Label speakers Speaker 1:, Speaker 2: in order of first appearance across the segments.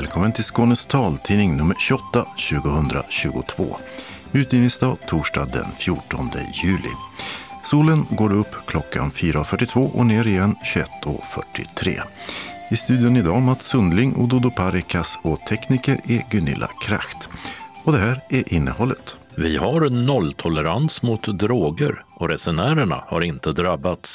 Speaker 1: Välkommen till Skånes taltidning nummer 28 2022. Utgivningsdag torsdag den 14 juli. Solen går upp klockan 4.42 och ner igen 21.43. I studion idag Mats Sundling och Dodo Parikas och tekniker är Gunilla Kracht. Och det här är innehållet.
Speaker 2: Vi har nolltolerans mot droger och resenärerna har inte drabbats.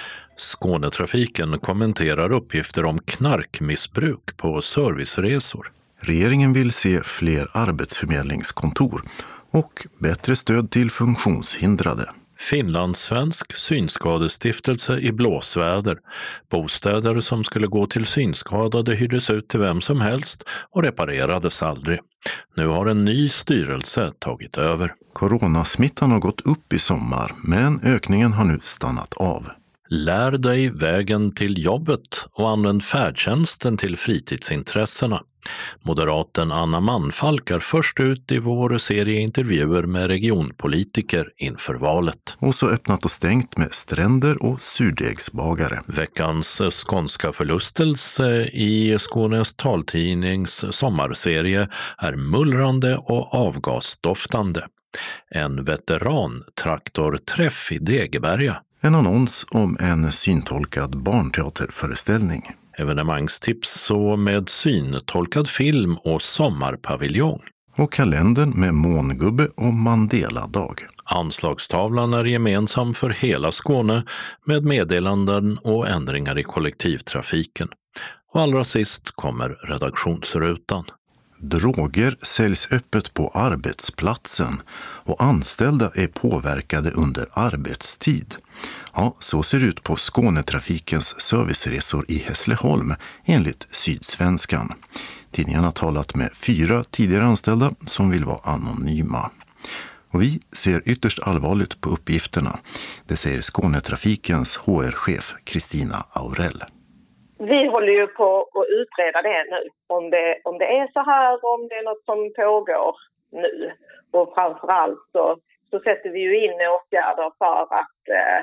Speaker 2: Skånetrafiken kommenterar uppgifter om knarkmissbruk på serviceresor.
Speaker 1: Regeringen vill se fler arbetsförmedlingskontor och bättre stöd till funktionshindrade.
Speaker 2: Finlandssvensk synskadestiftelse i blåsväder. Bostäder som skulle gå till synskadade hyrdes ut till vem som helst och reparerades aldrig. Nu har en ny styrelse tagit över.
Speaker 1: Coronasmittan har gått upp i sommar, men ökningen har nu stannat av.
Speaker 2: Lär dig vägen till jobbet och använd färdtjänsten till fritidsintressena. Moderaten Anna Manfalk är först ut i vår serie intervjuer med regionpolitiker inför valet.
Speaker 1: Och så öppnat och stängt med stränder och surdegsbagare.
Speaker 2: Veckans skånska förlustelse i Skånes taltidnings sommarserie är mullrande och avgasdoftande. En veterantraktorträff i Degeberga.
Speaker 1: En annons om en syntolkad barnteaterföreställning.
Speaker 2: Evenemangstips så med syntolkad film och sommarpaviljong.
Speaker 1: Och kalendern med mångubbe och Mandela-dag.
Speaker 2: Anslagstavlan är gemensam för hela Skåne med meddelanden och ändringar i kollektivtrafiken. Och allra sist kommer redaktionsrutan.
Speaker 1: Droger säljs öppet på arbetsplatsen och anställda är påverkade under arbetstid. Ja, så ser det ut på Skånetrafikens serviceresor i Hässleholm enligt Sydsvenskan. Tidningen har talat med 4 tidigare anställda som vill vara anonyma. Och vi ser ytterst allvarligt på uppgifterna. Det säger Skånetrafikens HR-chef Kristina Aurell.
Speaker 3: Vi håller ju på att utreda det nu, om det är så här, om det är något som pågår nu. Och framförallt så sätter vi ju in åtgärder för att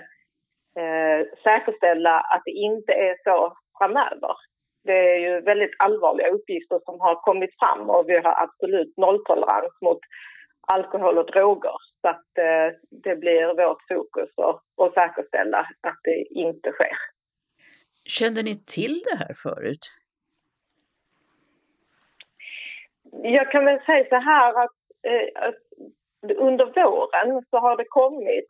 Speaker 3: säkerställa att det inte är så framöver. Det är ju väldigt allvarliga uppgifter som har kommit fram och vi har absolut nolltolerans mot alkohol och droger. Så att det blir vårt fokus att säkerställa att det inte sker.
Speaker 4: Kände ni till det här förut?
Speaker 3: Jag kan väl säga så här att under våren så har det kommit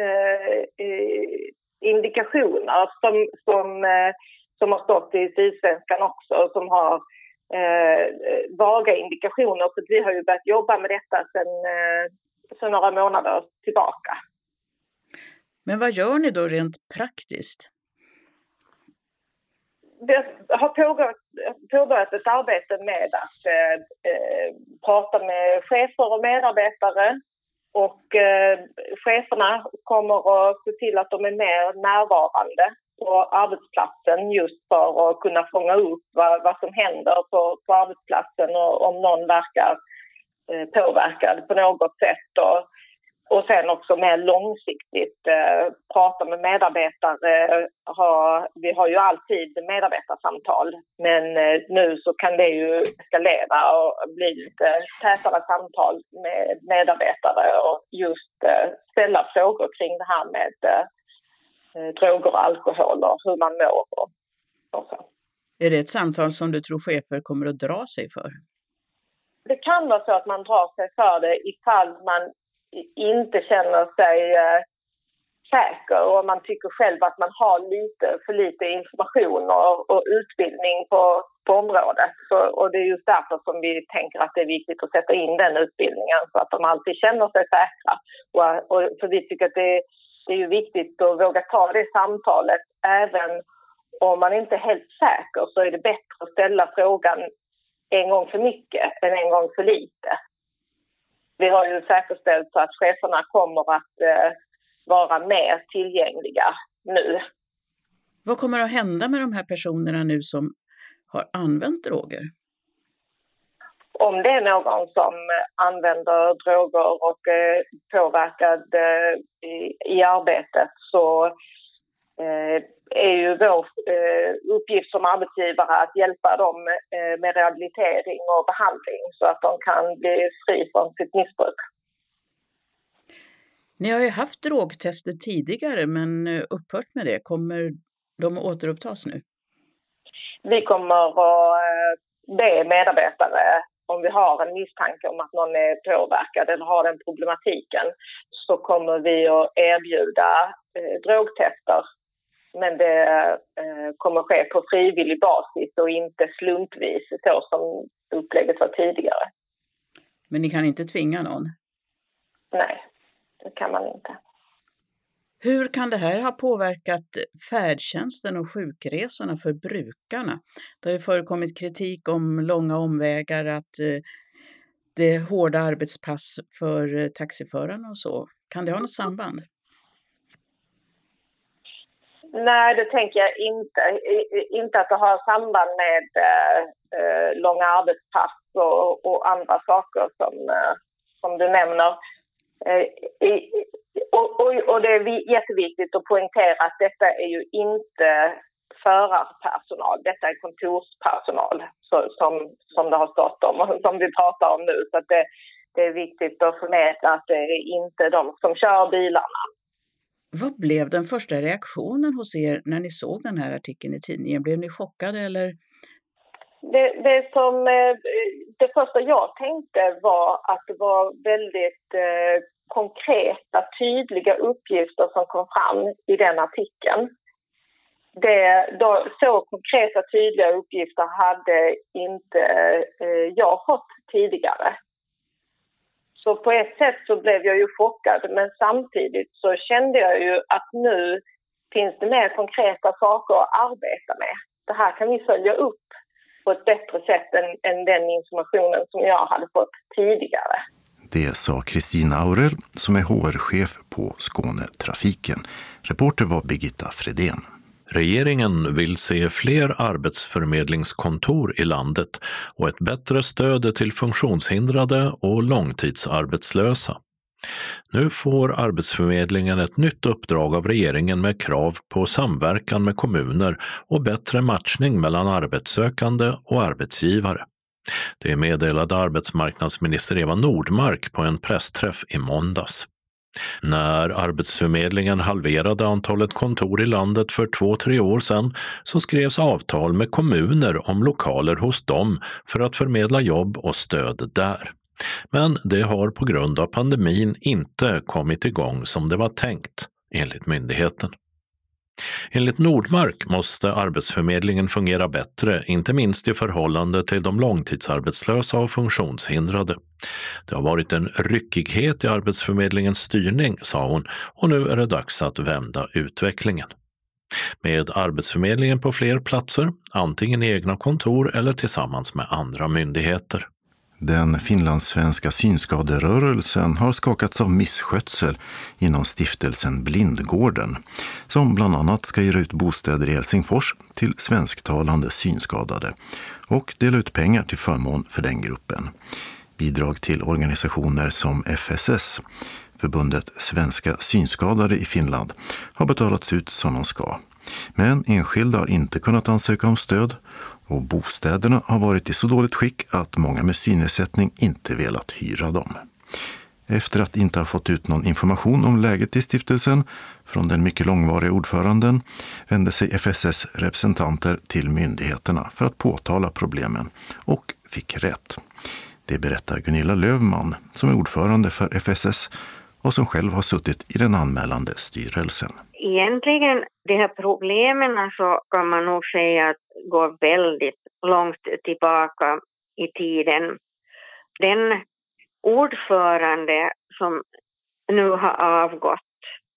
Speaker 3: indikationer som har stått i Sydsvenskan också, som har vaga indikationer. Så vi har ju börjat jobba med detta sedan några månader tillbaka.
Speaker 4: Men vad gör ni då rent praktiskt?
Speaker 3: Det har påbörjat ett arbete med att prata med chefer och medarbetare, och cheferna kommer att se till att de är mer närvarande på arbetsplatsen just för att kunna fånga upp vad som händer på arbetsplatsen och om någon verkar påverkad på något sätt. Och sen också mer långsiktigt prata med medarbetare. Vi har ju alltid medarbetarsamtal, men nu så kan det ju eskalera och bli lite tätare samtal med medarbetare och just ställa frågor kring det här med droger och alkohol och hur man mår och så.
Speaker 4: Är det ett samtal som du tror chefer kommer att dra sig för?
Speaker 3: Det kan vara så att man drar sig för det ifall man inte känner sig säker och man tycker själv att man har för lite information och utbildning på området. Och det är just därför som vi tänker att det är viktigt att sätta in den utbildningen så att de alltid känner sig säkra. Och för vi tycker att det är ju viktigt att våga ta det samtalet. Även om man inte är helt säker så är det bättre att ställa frågan en gång för mycket än en gång för lite. Vi har ju säkerställt så att cheferna kommer att vara mer tillgängliga nu.
Speaker 4: Vad kommer att hända med de här personerna nu som har använt droger?
Speaker 3: Om det är någon som använder droger och påverkad i arbetet så är ju vår uppgift som arbetsgivare att hjälpa dem med rehabilitering och behandling så att de kan bli fri från sitt missbruk.
Speaker 4: Ni har ju haft drogtester tidigare men upphört med det. Kommer de att återupptas nu?
Speaker 3: Vi kommer att be medarbetare, om vi har en misstanke om att någon är påverkad eller har den problematiken, så kommer vi att erbjuda drogtester. Men det kommer att ske på frivillig basis och inte slumpvis så som upplägget var tidigare.
Speaker 4: Men ni kan inte tvinga någon?
Speaker 3: Nej, det kan man inte.
Speaker 4: Hur kan det här ha påverkat färdtjänsten och sjukresorna för brukarna? Det har ju förekommit kritik om långa omvägar, att det är hårda arbetspass för taxiförarna och så. Kan det ha något samband?
Speaker 3: Nej, det tänker jag inte. Inte att det har samband med långa arbetspass och andra saker som du nämner. Och det är jätteviktigt att poängtera att detta är ju inte förarpersonal. Detta är kontorspersonal som det har stått om och som vi pratar om nu. Så att det är viktigt att förmedla att det är inte de som kör bilarna.
Speaker 4: Vad blev den första reaktionen hos er när ni såg den här artikeln i tidningen? Blev ni chockade eller?
Speaker 3: Det första jag tänkte var att det var väldigt konkreta, tydliga uppgifter som kom fram i den artikeln. Så konkreta, tydliga uppgifter hade inte jag fått tidigare. Så på ett sätt så blev jag ju chockad, men samtidigt så kände jag ju att nu finns det mer konkreta saker att arbeta med. Det här kan vi följa upp på ett bättre sätt än den informationen som jag hade fått tidigare.
Speaker 1: Det sa Kristina Aurel som är HR-chef på Skånetrafiken. Reporter var Birgitta Fredén.
Speaker 2: Regeringen vill se fler arbetsförmedlingskontor i landet och ett bättre stöd till funktionshindrade och långtidsarbetslösa. Nu får Arbetsförmedlingen ett nytt uppdrag av regeringen med krav på samverkan med kommuner och bättre matchning mellan arbetssökande och arbetsgivare. Det meddelade arbetsmarknadsminister Eva Nordmark på en pressträff i måndags. När Arbetsförmedlingen halverade antalet kontor i landet för 2-3 år sedan så skrevs avtal med kommuner om lokaler hos dem för att förmedla jobb och stöd där. Men det har på grund av pandemin inte kommit igång som det var tänkt, enligt myndigheten. Enligt Nordmark måste Arbetsförmedlingen fungera bättre, inte minst i förhållande till de långtidsarbetslösa och funktionshindrade. Det har varit en ryckighet i Arbetsförmedlingens styrning, sa hon, och nu är det dags att vända utvecklingen. Med Arbetsförmedlingen på fler platser, antingen i egna kontor eller tillsammans med andra myndigheter.
Speaker 1: Den finlandssvenska synskaderörelsen har skakats av misskötsel inom stiftelsen Blindgården, som bland annat ska ge ut bostäder i Helsingfors till svensktalande synskadade och dela ut pengar till förmån för den gruppen. Bidrag till organisationer som FSS, förbundet Svenska synskadade i Finland, har betalats ut som de ska. Men enskilda har inte kunnat ansöka om stöd och bostäderna har varit i så dåligt skick att många med synnedsättning inte velat hyra dem. Efter att inte ha fått ut någon information om läget i stiftelsen från den mycket långvariga ordföranden vände sig FSS representanter till myndigheterna för att påtala problemen och fick rätt. Det berättar Gunilla Lövman som är ordförande för FSS och som själv har suttit i den anmälande styrelsen.
Speaker 5: Egentligen de här problemen så kan man nog säga att går väldigt långt tillbaka i tiden. Den ordförande som nu har avgått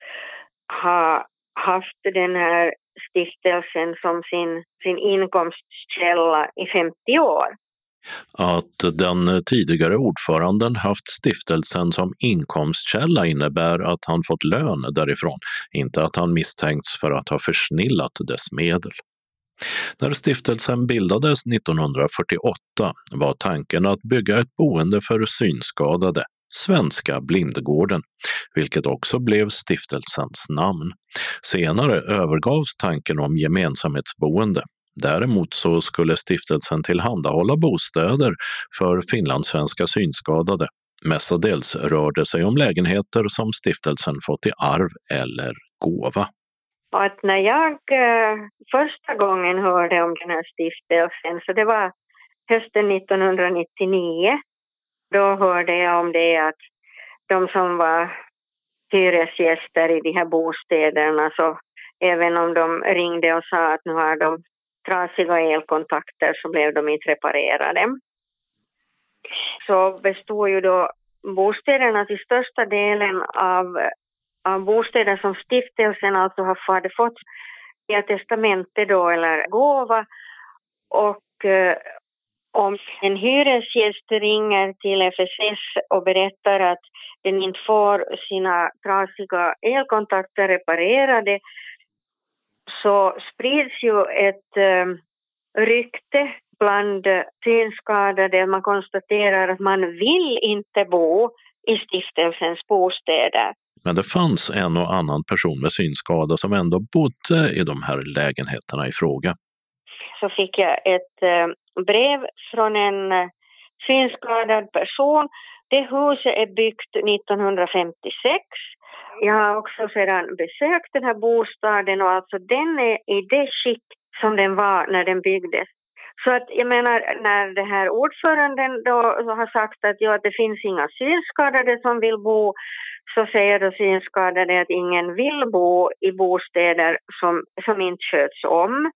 Speaker 5: har haft den här stiftelsen som sin inkomstkälla i 50 år.
Speaker 2: Att den tidigare ordföranden haft stiftelsen som inkomstkälla innebär att han fått lön därifrån, inte att han misstänkts för att ha försnillat dess medel. När stiftelsen bildades 1948 var tanken att bygga ett boende för synskadade, Svenska Blindgården, vilket också blev stiftelsens namn. Senare övergavs tanken om gemensamhetsboende. Däremot så skulle stiftelsen tillhandahålla bostäder för finlandssvenska synskadade. Mestadels rör det sig om lägenheter som stiftelsen fått i arv eller gåva.
Speaker 5: Och att när jag första gången hörde om den här stiftelsen, så det var hösten 1999, då hörde jag om det att de som var hyresgäster i de här bostäderna, så även om de ringde och sa att nu har de trasiga elkontakter, så blev de inte reparerade. Så bestod ju då bostäderna till största delen av bostäder som stiftelsen alltså hade fått via testamente då eller gåva. Och om en hyresgäst ringer till FSS och berättar att den inte får sina trasiga elkontakter reparerade, så sprids ju ett rykte bland synskadade. Man konstaterar att man vill inte bo i stiftelsens bostäder.
Speaker 2: Men det fanns en och annan person med synskada som ändå bodde i de här lägenheterna i fråga.
Speaker 5: Så fick jag ett brev från en synskadad person. Det huset är byggt 1956. Jag har också sedan besökt den här bostaden, och alltså den är i det skick som den var när den byggdes. Så att jag menar, när det här ordföranden då har sagt att ja, det finns inga synskadade som vill bo, så säger då synskadade att ingen vill bo i bostäder som inte sköts om.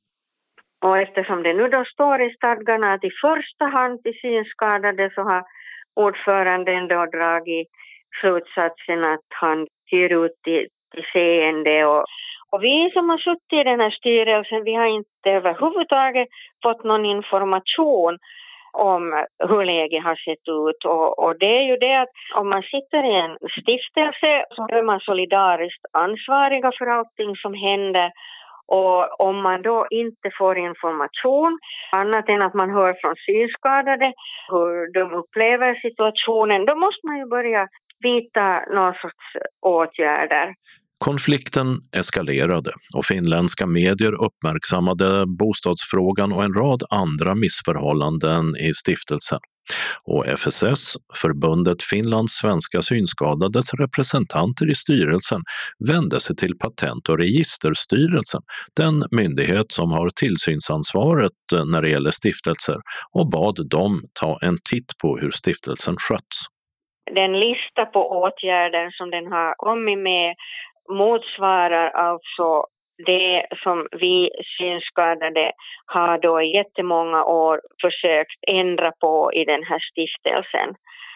Speaker 5: Och eftersom det nu då står i stadgarna att i första hand till synskadade, så har ordföranden då dragit slutsatsen att han hyr ut till seende. Och vi som har suttit i den här styrelsen, vi har inte överhuvudtaget fått någon information om hur läget har sett ut. Och det är ju det att om man sitter i en stiftelse, så är man solidariskt ansvariga för allting som händer. Och om man då inte får information, annat än att man hör från synskadade hur de upplever situationen, då måste man ju börja vidta någon sorts åtgärder.
Speaker 2: Konflikten eskalerade och finländska medier uppmärksammade bostadsfrågan och en rad andra missförhållanden i stiftelsen. Och FSS, förbundet Finlands svenska synskadades representanter i styrelsen, vände sig till Patent- och registerstyrelsen, den myndighet som har tillsynsansvaret när det gäller stiftelser, och bad dem ta en titt på hur stiftelsen sköts.
Speaker 5: Den lista på åtgärder som den har kommit med motsvarar alltså det som vi synskadade har då i jättemånga år försökt ändra på i den här stiftelsen.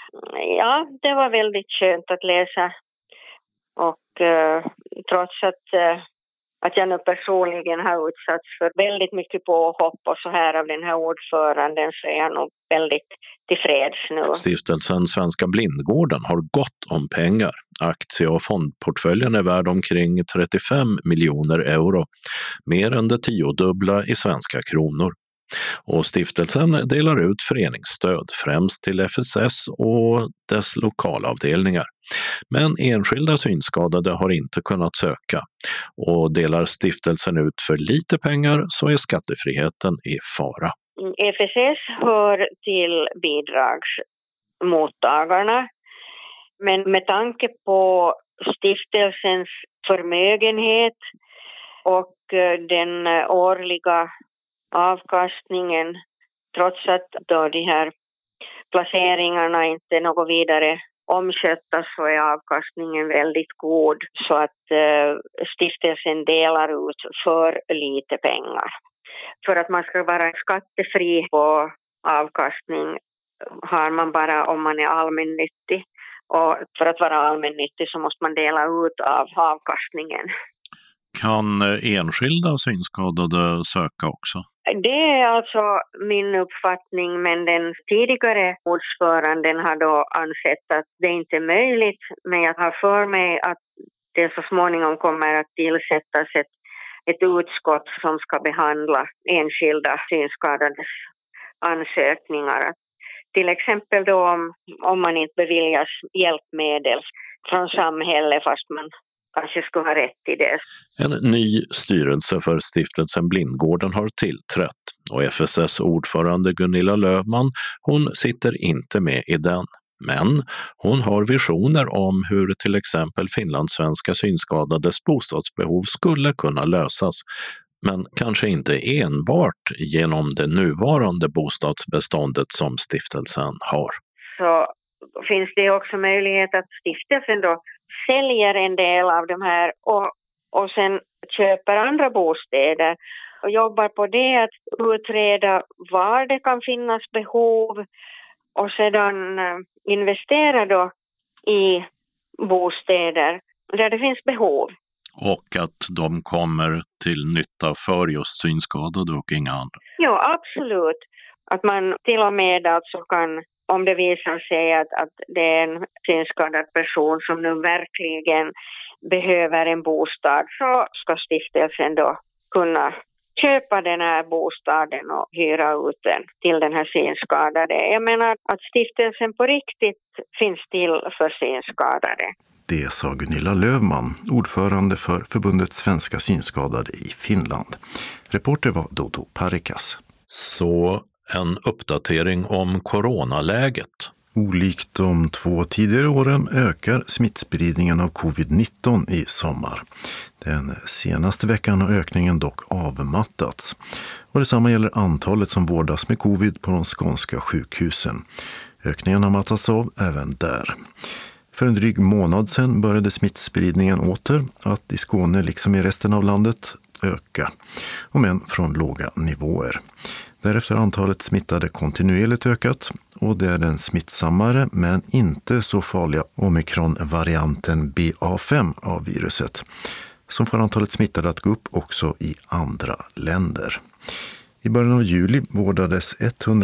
Speaker 5: Ja, det var väldigt skönt att läsa, och trots att jag nu personligen har utsatts för väldigt mycket påhopp och så här av den här ordföranden, så är jag nog väldigt tillfreds nu.
Speaker 2: Stiftelsen Svenska Blindgården har gott om pengar. Aktie- och fondportföljen är värd omkring 35 miljoner euro, mer än det 10-dubbla i svenska kronor. Och stiftelsen delar ut föreningsstöd, främst till FSS och dess lokalavdelningar. Men enskilda synskadade har inte kunnat söka, och delar stiftelsen ut för lite pengar så är skattefriheten i fara.
Speaker 5: FSS hör till bidragsmottagarna, men med tanke på stiftelsens förmögenhet och den årliga avkastningen, trots att då de här placeringarna inte är något vidare omskötta, så är avkastningen väldigt god, så att stiftelsen delar ut för lite pengar. För att man ska vara skattefri på avkastning har man bara om man är allmännyttig, och för att vara allmännyttig så måste man dela ut av avkastningen.
Speaker 2: Kan enskilda synskadade söka också?
Speaker 5: Det är alltså min uppfattning, men den tidigare ordföranden har då ansett att det inte är möjligt. Men jag har för mig att det så småningom kommer att tillsättas ett utskott som ska behandla enskilda synskadades ansökningar. till exempel då om man inte beviljas hjälpmedel från samhället fast man kanske skulle ha rätt till det.
Speaker 2: En ny styrelse för stiftelsen Blindgården har tillträtt och FSS ordförande Gunilla Löfman, hon sitter inte med i den. Men hon har visioner om hur till exempel finlandssvenska synskadades bostadsbehov skulle kunna lösas, men kanske inte enbart genom det nuvarande bostadsbeståndet som stiftelsen har.
Speaker 5: Så finns det också möjlighet att stiftelsen då säljer en del av de här och sen köper andra bostäder och jobbar på det att utreda var det kan finnas behov och sedan investera då i bostäder där det finns behov.
Speaker 2: Och att de kommer till nytta för just synskadade och inga andra.
Speaker 5: Ja, absolut. Att man till och med alltså kan, om det visar sig att det är en synskadad person som nu verkligen behöver en bostad, så ska stiftelsen då kunna köpa den här bostaden och hyra ut den till den här synskadade. Jag menar att stiftelsen på riktigt finns till för synskadade.
Speaker 1: Det sa Gunilla Löfman, ordförande för förbundet Svenska synskadade i Finland. Reporter var Dodo Parikas.
Speaker 2: Så en uppdatering om coronaläget.
Speaker 1: Olikt de 2 tidigare åren ökar smittspridningen av covid-19 i sommar. Den senaste veckan har ökningen dock avmattats. Och detsamma gäller antalet som vårdas med covid på de skånska sjukhusen. Ökningen har mattats av även där. För en dryg månad sedan började smittspridningen åter att i Skåne liksom i resten av landet öka, om än från låga nivåer. Därefter har antalet smittade kontinuerligt ökat och det är den smittsammare men inte så farliga omikron-varianten BA5 av viruset som får antalet smittade att gå upp också i andra länder. I början av juli vårdades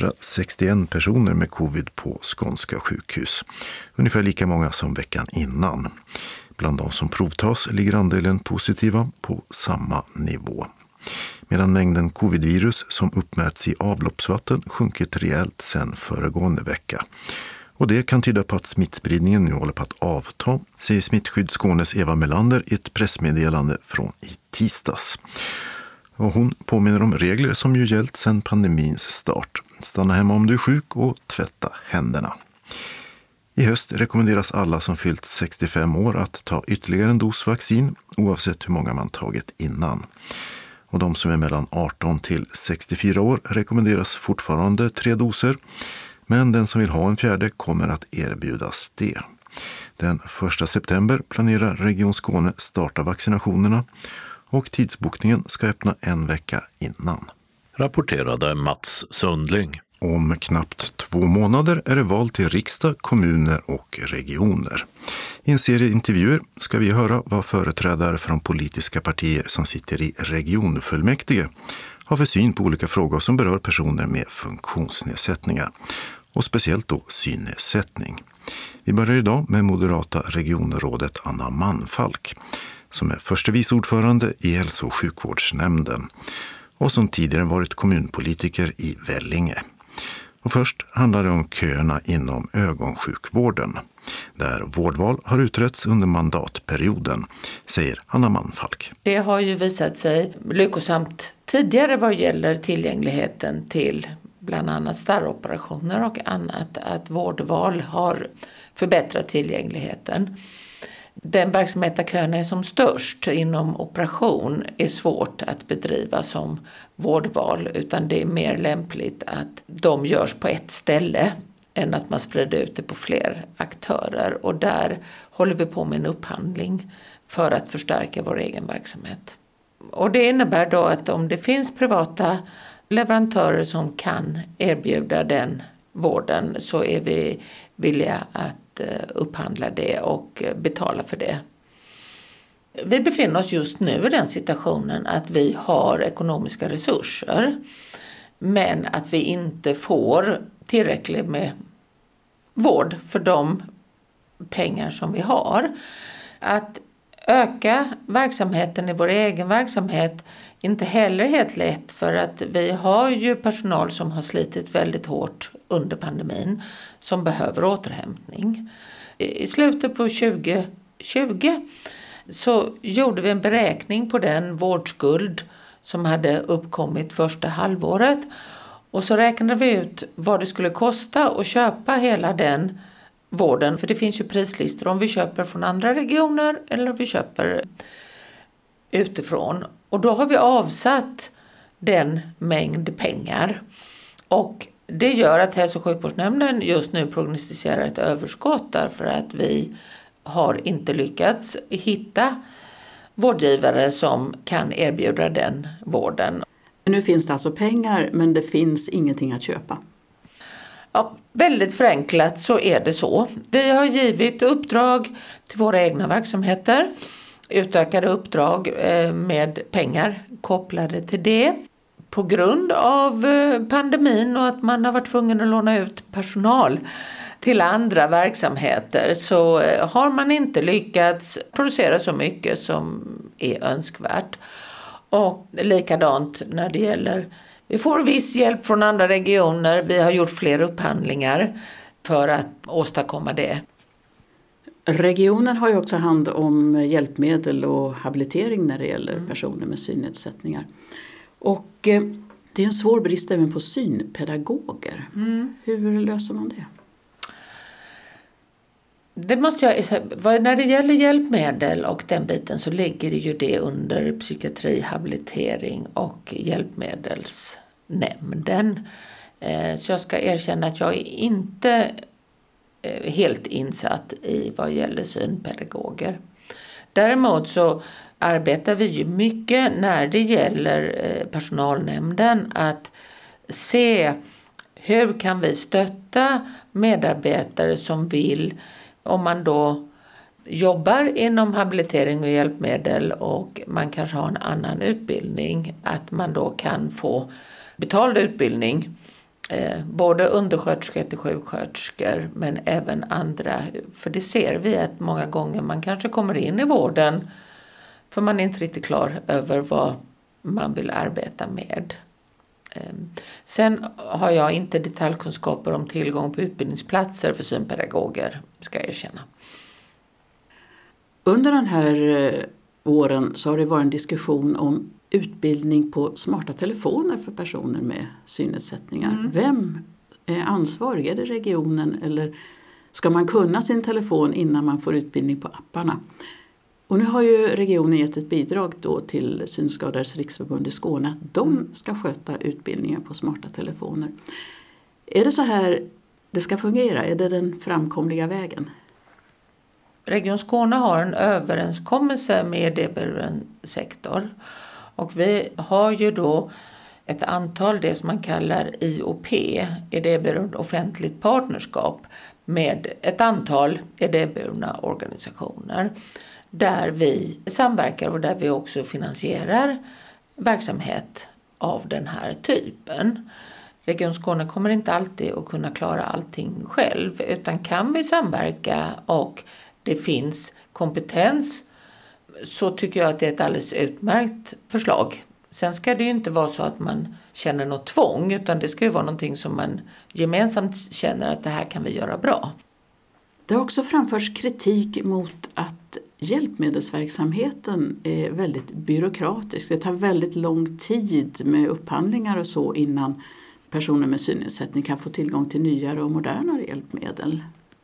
Speaker 1: 161 personer med covid på skånska sjukhus. Ungefär lika många som veckan innan. Bland de som provtas ligger andelen positiva på samma nivå. Medan mängden covidvirus som uppmäts i avloppsvatten sjunkit rejält sedan föregående vecka. Och det kan tyda på att smittspridningen nu håller på att avta, säger Smittskydd Skånes Eva Melander i ett pressmeddelande från i tisdags. Och hon påminner om regler som ju gällt sedan pandemins start. Stanna hemma om du är sjuk och tvätta händerna. I höst rekommenderas alla som fyllt 65 år att ta ytterligare en dos vaccin oavsett hur många man tagit innan. Och de som är mellan 18 till 64 år rekommenderas fortfarande 3 doser. Men den som vill ha en 4:e kommer att erbjudas det. Den 1 september planerar Region Skåne starta vaccinationerna och tidsbokningen ska öppna en vecka innan.
Speaker 2: Rapporterade Mats Sundling.
Speaker 1: Om knappt 2 månader är det val till riksdag, kommuner och regioner. I en serie intervjuer ska vi höra vad företrädare från politiska partier som sitter i regionfullmäktige har för syn på olika frågor som berör personer med funktionsnedsättningar. Och speciellt då synnedsättning. Vi börjar idag med moderata regionrådet Anna Manfalk som är förste vice ordförande i hälso- och sjukvårdsnämnden och som tidigare varit kommunpolitiker i Vellinge. Och först handlar det om köerna inom ögonsjukvården, där vårdval har utretts under mandatperioden, säger Anna Manfalk.
Speaker 6: Det har ju visat sig lyckosamt tidigare vad gäller tillgängligheten till bland annat starroperationer och annat, att vårdval har förbättrat tillgängligheten. Den verksamhet där köerna är som störst inom operation är svårt att bedriva som vårdval, utan det är mer lämpligt att de görs på ett ställe än att man sprider ut det på fler aktörer. Och där håller vi på med en upphandling för att förstärka vår egen verksamhet. Och det innebär då att om det finns privata leverantörer som kan erbjuda den vården så är vi villiga att upphandla det och betala för det. Vi befinner oss just nu i den situationen att vi har ekonomiska resurser men att vi inte får tillräckligt med vård för de pengar som vi har. Att öka verksamheten i vår egen verksamhet inte heller helt lätt, för att vi har ju personal som har slitit väldigt hårt under pandemin som behöver återhämtning. I slutet på 2020 så gjorde vi en beräkning på den vårdskuld som hade uppkommit första halvåret, och så räknade vi ut vad det skulle kosta att köpa hela den vården, för det finns ju prislistor om vi köper från andra regioner eller om vi köper utifrån. Och då har vi avsatt den mängd pengar, och det gör att Hälso- och sjukvårdsnämnden just nu prognostiserar ett överskott, därför att vi har inte lyckats hitta vårdgivare som kan erbjuda den vården.
Speaker 4: Nu finns det alltså pengar, men det finns ingenting att köpa.
Speaker 6: Ja, väldigt förenklat så är det så. Vi har givit uppdrag till våra egna verksamheter, utökade uppdrag med pengar kopplade till det. På grund av pandemin och att man har varit tvungen att låna ut personal till andra verksamheter, så har man inte lyckats producera så mycket som är önskvärt. Och likadant när det gäller, vi får viss hjälp från andra regioner. Vi har gjort fler upphandlingar för att åstadkomma det.
Speaker 4: Regionen har ju också hand om hjälpmedel och habilitering när det gäller personer med synnedsättningar. Och det är en svår brist även på synpedagoger. Hur löser man det?
Speaker 6: Det måste jag säga, när det gäller hjälpmedel och den biten så ligger det ju det under psykiatri, habilitering och hjälpmedelsnämnden. Så jag ska erkänna att jag är inte helt insatt i vad gäller synpedagoger. Däremot så arbetar vi ju mycket när det gäller personalnämnden att se hur kan vi stötta medarbetare som vill, om man då jobbar inom habilitering och hjälpmedel och man kanske har en annan utbildning, att man då kan få betald utbildning, både undersköterskor till sjuksköterskor men även andra. För det ser vi att många gånger man kanske kommer in i vården för man är inte riktigt klar över vad man vill arbeta med. Sen har jag inte detaljkunskaper om tillgång på utbildningsplatser för synpedagoger, ska jag erkänna.
Speaker 4: Under den här åren så har det varit en diskussion om utbildning på smarta telefoner för personer med synnedsättningar. Vem är ansvarig? Är det regionen eller ska man kunna sin telefon innan man får utbildning på apparna? Och nu har ju regionen gett ett bidrag då till Synskadades riksförbund i Skåne att de ska sköta utbildningen på smarta telefoner. Är det så här det ska fungera? Är det den framkomliga vägen?
Speaker 6: Region Skåne har en överenskommelse med idéburen sektor. Och vi har ju då ett antal, det som man kallar IOP, idéburen offentligt partnerskap, med ett antal idéburna organisationer. Där vi samverkar och där vi också finansierar verksamhet av den här typen. Region Skåne kommer inte alltid att kunna klara allting själv, utan kan vi samverka och det finns kompetens, så tycker jag att det är ett alldeles utmärkt förslag. Sen ska det ju inte vara så att man känner något tvång, utan det ska ju vara någonting som man gemensamt känner att det här kan vi göra bra.
Speaker 4: Det har också framförts kritik mot att hjälpmedelsverksamheten är väldigt byråkratisk. Det tar väldigt lång tid med upphandlingar och så innan personer med synnedsättning kan få tillgång till nyare och modernare hjälpmedel.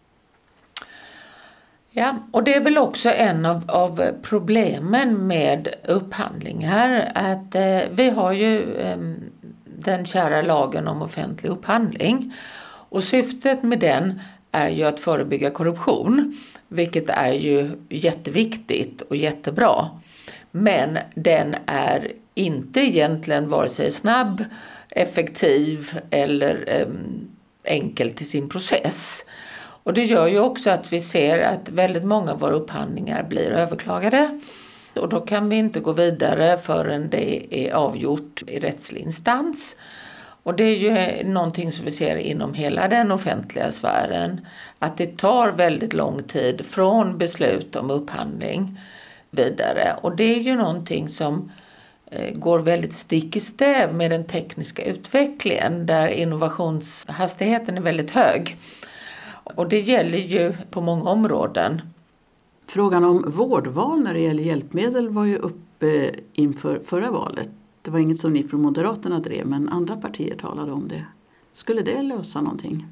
Speaker 6: Ja, och det är väl också en av problemen med upphandlingar, att vi har ju den kära lagen om offentlig upphandling, och syftet med den är ju att förebygga korruption, vilket är ju jätteviktigt och jättebra. Men den är inte egentligen vare sig snabb, effektiv eller enkel till sin process. Och det gör ju också att vi ser att väldigt många av våra upphandlingar blir överklagade. Och då kan vi inte gå vidare förrän det är avgjort i rättslig instans. Och det är ju någonting som vi ser inom hela den offentliga sfären. Att det tar väldigt lång tid från beslut om upphandling vidare. Och det är ju någonting som går väldigt stick i stäv med den tekniska utvecklingen där innovationshastigheten är väldigt hög. Och det gäller ju på många områden.
Speaker 4: Frågan om vårdval när det gäller hjälpmedel var ju uppe inför förra valet. Det var inget som ni från Moderaterna drev, men andra partier talade om det. Skulle det lösa någonting?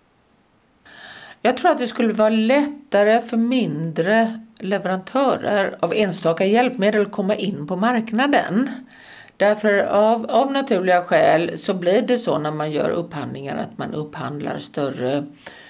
Speaker 6: Jag tror att det skulle vara lättare för mindre leverantörer av enstaka hjälpmedel att komma in på marknaden. Därför av naturliga skäl så blir det så när man gör upphandlingar att man upphandlar större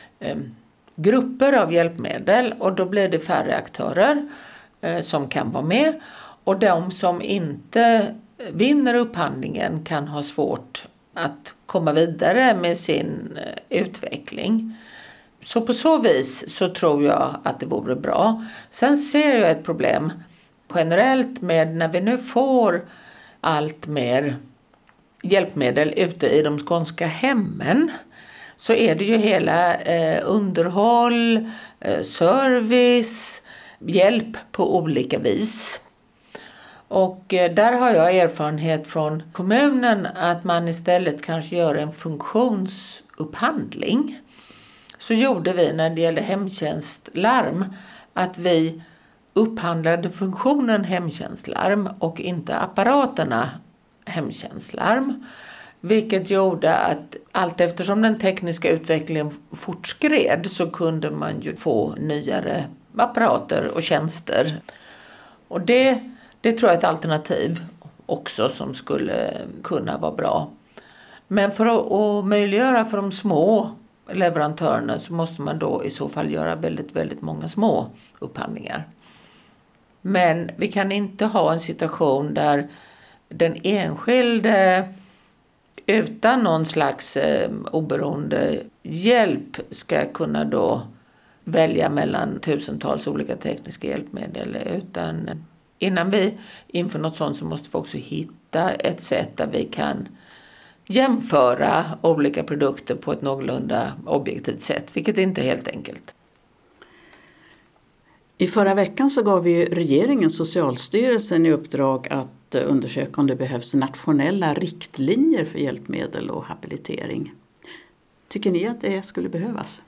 Speaker 6: grupper av hjälpmedel och då blir det färre aktörer som kan vara med. Och de som inte vinner upphandlingen kan ha svårt att komma vidare med sin utveckling. Så på så vis så tror jag att det vore bra. Sen ser jag ett problem generellt med när vi nu får allt mer hjälpmedel ute i de skånska hemmen. Så är det ju hela underhåll, service, hjälp på olika vis. Och där har jag erfarenhet från kommunen att man istället kanske gör en funktionsupphandling. Så gjorde vi när det gäller hemtjänstlarm att vi upphandlade funktionen hemtjänstlarm och inte apparaterna hemtjänstlarm. Vilket gjorde att allt eftersom den tekniska utvecklingen fortskred så kunde man ju få nyare apparater och tjänster. Och det tror jag är ett alternativ också som skulle kunna vara bra. Men för att möjliggöra för de små leverantörerna så måste man då i så fall göra väldigt, väldigt många små upphandlingar. Men vi kan inte ha en situation där den enskilde utan någon slags oberoende hjälp ska kunna då välja mellan tusentals olika tekniska hjälpmedel. Utan innan vi inför något sånt så måste vi också hitta ett sätt där vi kan jämföra olika produkter på ett någorlunda objektivt sätt, vilket inte är helt enkelt.
Speaker 4: I förra veckan så gav vi regeringen Socialstyrelsen i uppdrag att undersöka om det behövs nationella riktlinjer för hjälpmedel och habilitering. Tycker ni att det skulle behövas?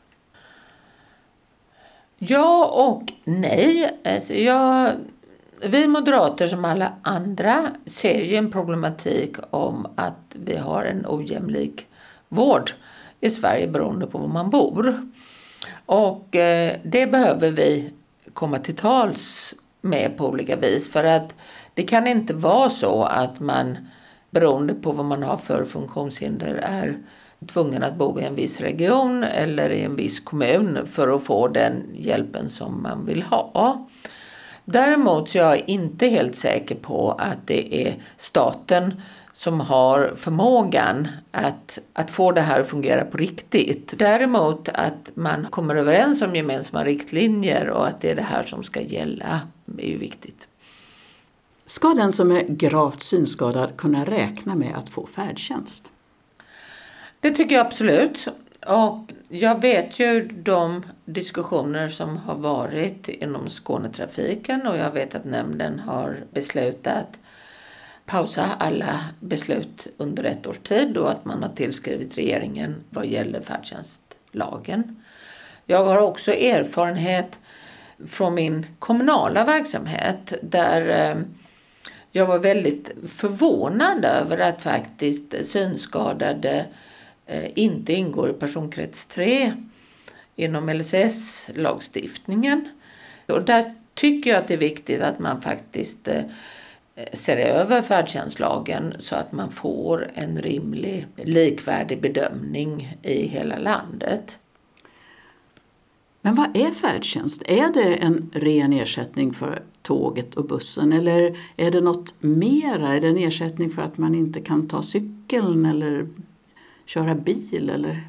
Speaker 6: Ja och nej. Alltså vi moderater som alla andra ser ju en problematik om att vi har en ojämlik vård i Sverige beroende på var man bor. Och det behöver vi komma till tals med på olika vis. För att det kan inte vara så att man beroende på vad man har för funktionshinder är tvungen att bo i en viss region eller i en viss kommun för att få den hjälpen som man vill ha. Däremot så är jag inte helt säker på att det är staten som har förmågan att få det här att fungera på riktigt. Däremot att man kommer överens om gemensamma riktlinjer och att det är det här som ska gälla är ju viktigt.
Speaker 4: Ska den som är gravt synskadad kunna räkna med att få färdtjänst?
Speaker 6: Det tycker jag absolut. Och jag vet ju de diskussioner som har varit inom Skånetrafiken och jag vet att nämnden har beslutat pausa alla beslut under 1 års tid och att man har tillskrivit regeringen vad gäller färdtjänstlagen. Jag har också erfarenhet från min kommunala verksamhet där jag var väldigt förvånad över att faktiskt synskadade inte ingår i personkrets 3 inom LSS-lagstiftningen. Och där tycker jag att det är viktigt att man faktiskt ser över färdtjänstlagen så att man får en rimlig, likvärdig bedömning i hela landet.
Speaker 4: Men vad är färdtjänst? Är det en ren ersättning för tåget och bussen eller är det något mera? Är det en ersättning för att man inte kan ta cykeln eller köra bil eller?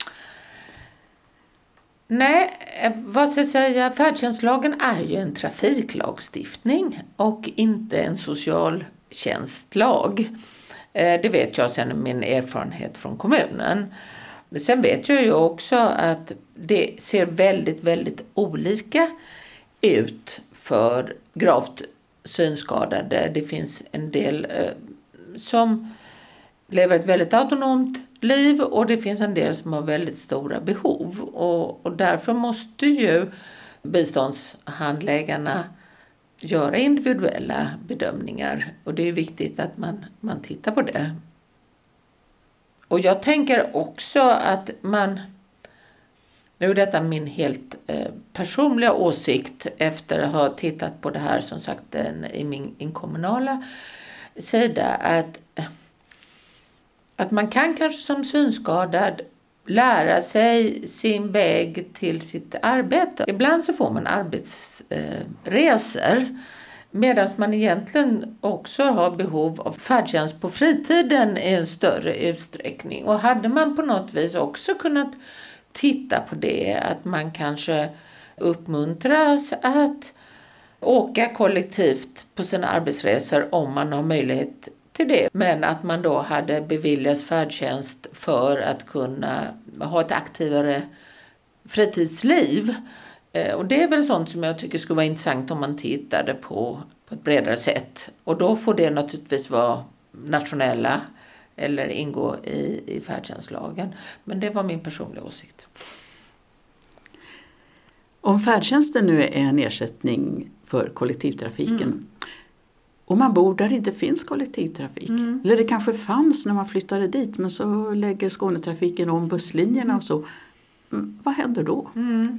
Speaker 6: Nej, vad ska jag säga? Färdtjänstlagen är ju en trafiklagstiftning och inte en socialtjänstlag. Det vet jag sedan min erfarenhet från kommunen. Sen vet jag ju också att det ser väldigt, väldigt olika ut för gravt synskadade. Det finns en del som lever ett väldigt autonomt liv och det finns en del som har väldigt stora behov. Och därför måste ju biståndshandläggarna göra individuella bedömningar. Och det är viktigt att man tittar på det. Och jag tänker också att nu är detta min helt personliga åsikt efter att ha tittat på det här som sagt i min kommunala sida, att man kan kanske som synskadad lära sig sin väg till sitt arbete. Ibland så får man arbetsresor medan man egentligen också har behov av färdtjänst på fritiden i en större utsträckning. Och hade man på något vis också kunnat titta på det, att man kanske uppmuntras att åka kollektivt på sina arbetsresor om man har möjlighet till det. Men att man då hade beviljats färdtjänst för att kunna ha ett aktivare fritidsliv. Och det är väl sånt som jag tycker skulle vara intressant om man tittade på ett bredare sätt. Och då får det naturligtvis vara nationella eller ingå i färdtjänstlagen. Men det var min personliga åsikt.
Speaker 4: Om färdtjänsten nu är en ersättning för kollektivtrafiken och man bor där det inte finns kollektivtrafik, eller det kanske fanns när man flyttade dit men så lägger Skånetrafiken om busslinjerna och så, vad händer då?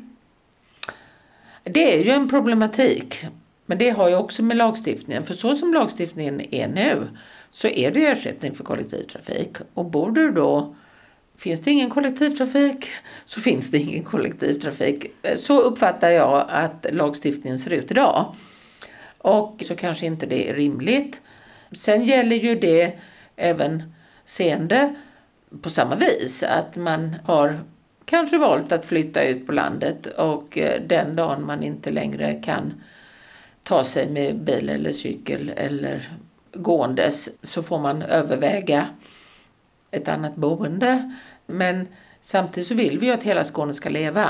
Speaker 6: Det är ju en problematik, men det har ju också med lagstiftningen, för så som lagstiftningen är nu så är det ersättning för kollektivtrafik. Och bor du då, finns det ingen kollektivtrafik så finns det ingen kollektivtrafik. Så uppfattar jag att lagstiftningen ser ut idag. Och så kanske inte det är rimligt. Sen gäller ju det även seende på samma vis. Att man har kanske valt att flytta ut på landet och den dagen man inte längre kan ta sig med bil eller cykel eller gåendes så får man överväga ett annat boende. Men samtidigt så vill vi ju att hela Skåne ska leva.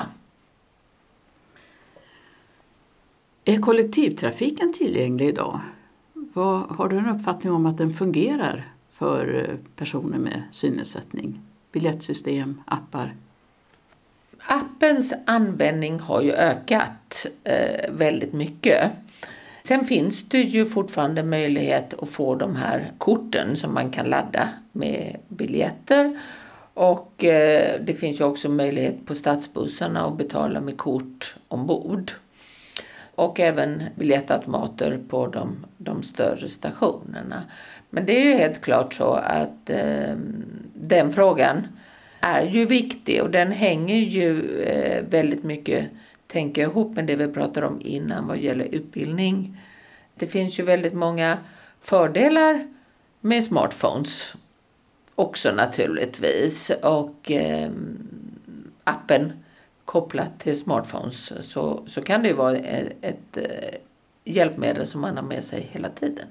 Speaker 4: Är kollektivtrafiken tillgänglig idag? Har du en uppfattning om att den fungerar för personer med synnedsättning? Biljettsystem, appar?
Speaker 6: Appens användning har ju ökat väldigt mycket. Sen finns det ju fortfarande möjlighet att få de här korten som man kan ladda med biljetter. Och det finns ju också möjlighet på stadsbussarna att betala med kort ombord. Och även biljettautomater på de större stationerna. Men det är ju helt klart så att den frågan är ju viktig och den hänger ju väldigt mycket, tänker jag, ihop med det vi pratade om innan vad gäller utbildning. Det finns ju väldigt många fördelar med smartphones också naturligtvis, och appen kopplat till smartphones så kan det ju vara ett hjälpmedel som man har med sig hela tiden.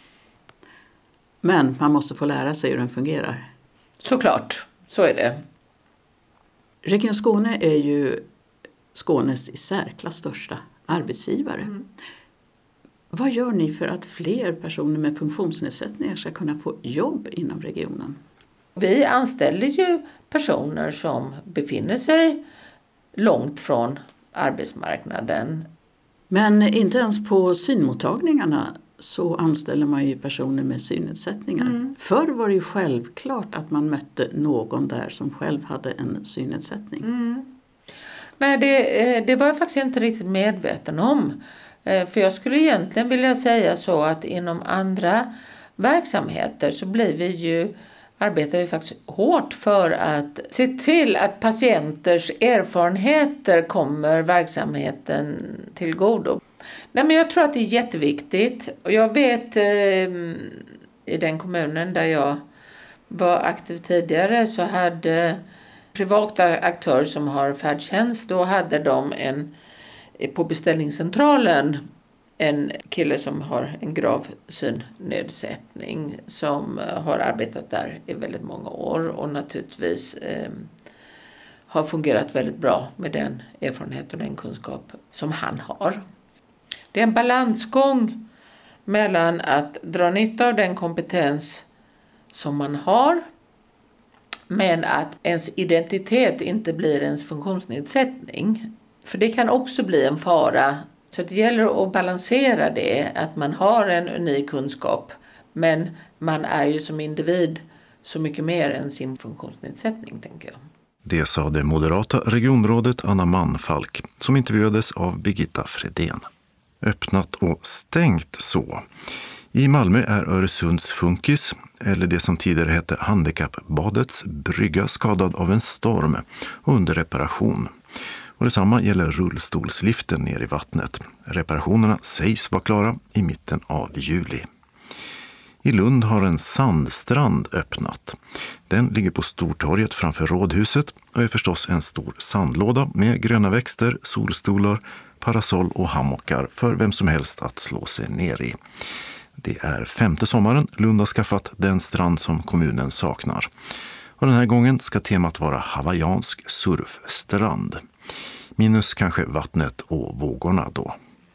Speaker 4: Men man måste få lära sig hur den fungerar.
Speaker 6: Såklart, så är det.
Speaker 4: Region Skåne är ju Skånes i särklass största arbetsgivare. Vad gör ni för att fler personer med funktionsnedsättningar ska kunna få jobb inom regionen?
Speaker 6: Vi anställer ju personer som befinner sig långt från arbetsmarknaden.
Speaker 4: Men inte ens på synmottagningarna så anställer man ju personer med synnedsättningar. Förr var det ju självklart att man mötte någon där som själv hade en synnedsättning.
Speaker 6: Nej, det var jag faktiskt inte riktigt medveten om. För jag skulle egentligen vilja säga så att inom andra verksamheter så arbetar vi faktiskt hårt för att se till att patienters erfarenheter kommer verksamheten till godo. Nej, men jag tror att det är jätteviktigt. Och jag vet i den kommunen där jag var aktiv tidigare så hade privata aktörer som har färdtjänst, då hade de på beställningscentralen en kille som har en grav synnedsättning som har arbetat där i väldigt många år och naturligtvis har fungerat väldigt bra med den erfarenhet och den kunskap som han har. Det är en balansgång mellan att dra nytta av den kompetens som man har, men att ens identitet inte blir ens funktionsnedsättning. För det kan också bli en fara. Så det gäller att balansera det, att man har en unik kunskap, men man är ju som individ så mycket mer än sin funktionsnedsättning, tänker jag.
Speaker 1: Det sa det moderata regionrådet Anna Manfalk som intervjuades av Birgitta Fredén. Öppnat och stängt så. I Malmö är Öresunds funkis, eller det som tidigare hette Handikappbadets brygga, skadad av en storm och under reparation. Och detsamma gäller rullstolsliften ner i vattnet. Reparationerna sägs vara klara i mitten av juli. I Lund har en sandstrand öppnat. Den ligger på Stortorget framför rådhuset och är förstås en stor sandlåda med gröna växter, solstolar, parasoll och hammockar för vem som helst att slå sig ner i. Det är 5:e sommaren Lund har skaffat den strand som kommunen saknar. Och den här gången ska temat vara hawaiiansk surfstrand. Minus kanske vattnet och vågorna då.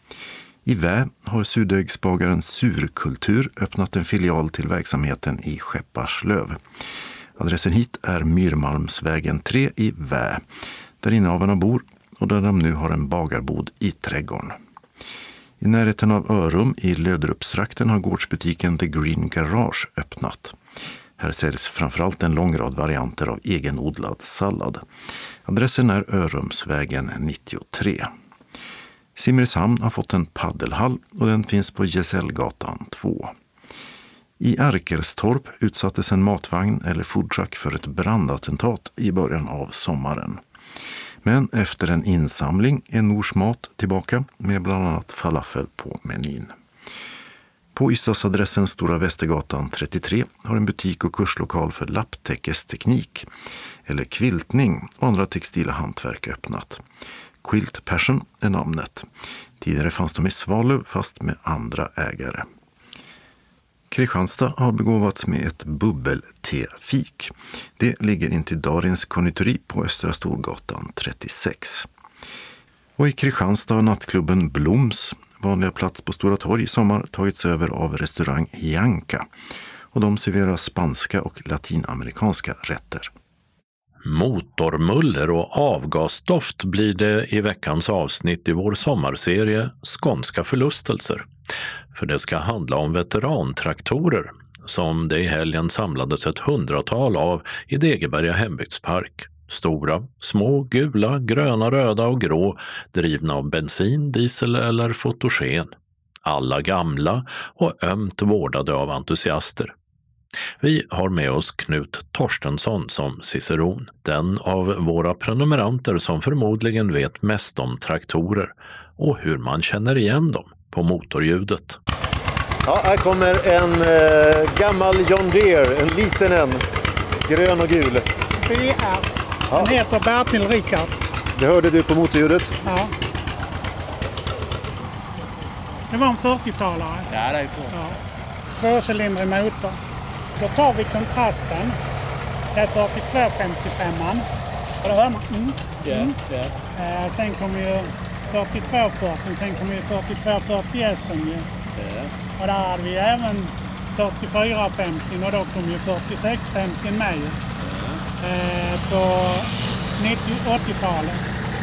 Speaker 1: I Vä har Sudögsbagaren Surkultur öppnat en filial till verksamheten i Skepparslöv. Adressen hit är Myrmalmsvägen 3 i Vä, där innehavarna bor och där de nu har en bagarbod i trädgården. I närheten av Örum i Löderupstrakten har gårdsbutiken The Green Garage öppnat. Här säljs framförallt en lång rad varianter av egenodlad sallad. Adressen är Örumsvägen 93. Simrishamn har fått en paddelhall och den finns på Gesellgatan 2. I Arkelstorp utsattes en matvagn eller foodtruck för ett brandattentat i början av sommaren. Men efter en insamling är Nors mat tillbaka med bland annat falafel på menyn. På Ystadsadressen Stora Västergatan 33 har en butik och kurslokal för lapptäckesteknik eller quiltning och andra textila hantverk öppnat. Quilt Passion är namnet. Tidigare fanns de i Svalöv fast med andra ägare. Kristianstad har begåvats med ett bubbel-te-fik. Det ligger intill Darins konditori på Östra Storgatan 36. Och i Kristianstad har nattklubben Bloms, vanliga plats på Stora torg i sommar, tagits över av restaurang Janka. Och de serverar spanska och latinamerikanska rätter.
Speaker 2: Motormuller och avgasdoft blir det i veckans avsnitt i vår sommarserie Skånska förlustelser. För det ska handla om veterantraktorer som det i helgen samlades ett 100-tal av i Degeberga hembygdspark. Stora, små, gula, gröna, röda och grå, drivna av bensin, diesel eller fotogen. Alla gamla och ömt vårdade av entusiaster. Vi har med oss Knut Torstensson som ciceron, den av våra prenumeranter som förmodligen vet mest om traktorer och hur man känner igen dem på motorljudet.
Speaker 1: Ja, här kommer en gammal John Deere, en liten en, grön och gul.
Speaker 7: BR. Han heter Bertil Rickard.
Speaker 1: Det hörde du på motorljudet?
Speaker 7: Ja. Det var en 40-talare.
Speaker 8: Ja, det är så.
Speaker 7: Ja. Tvåcylindrig motor. Då tar vi kontrasten. Det är 4255. Och det hör man.
Speaker 8: Ja.
Speaker 7: Sen kommer ju 4240, sen kommer ju 4240 S'en ju.
Speaker 8: Ja.
Speaker 7: Och där hade vi även 4450 och då kom ju 4650 med ju. På 80-talet.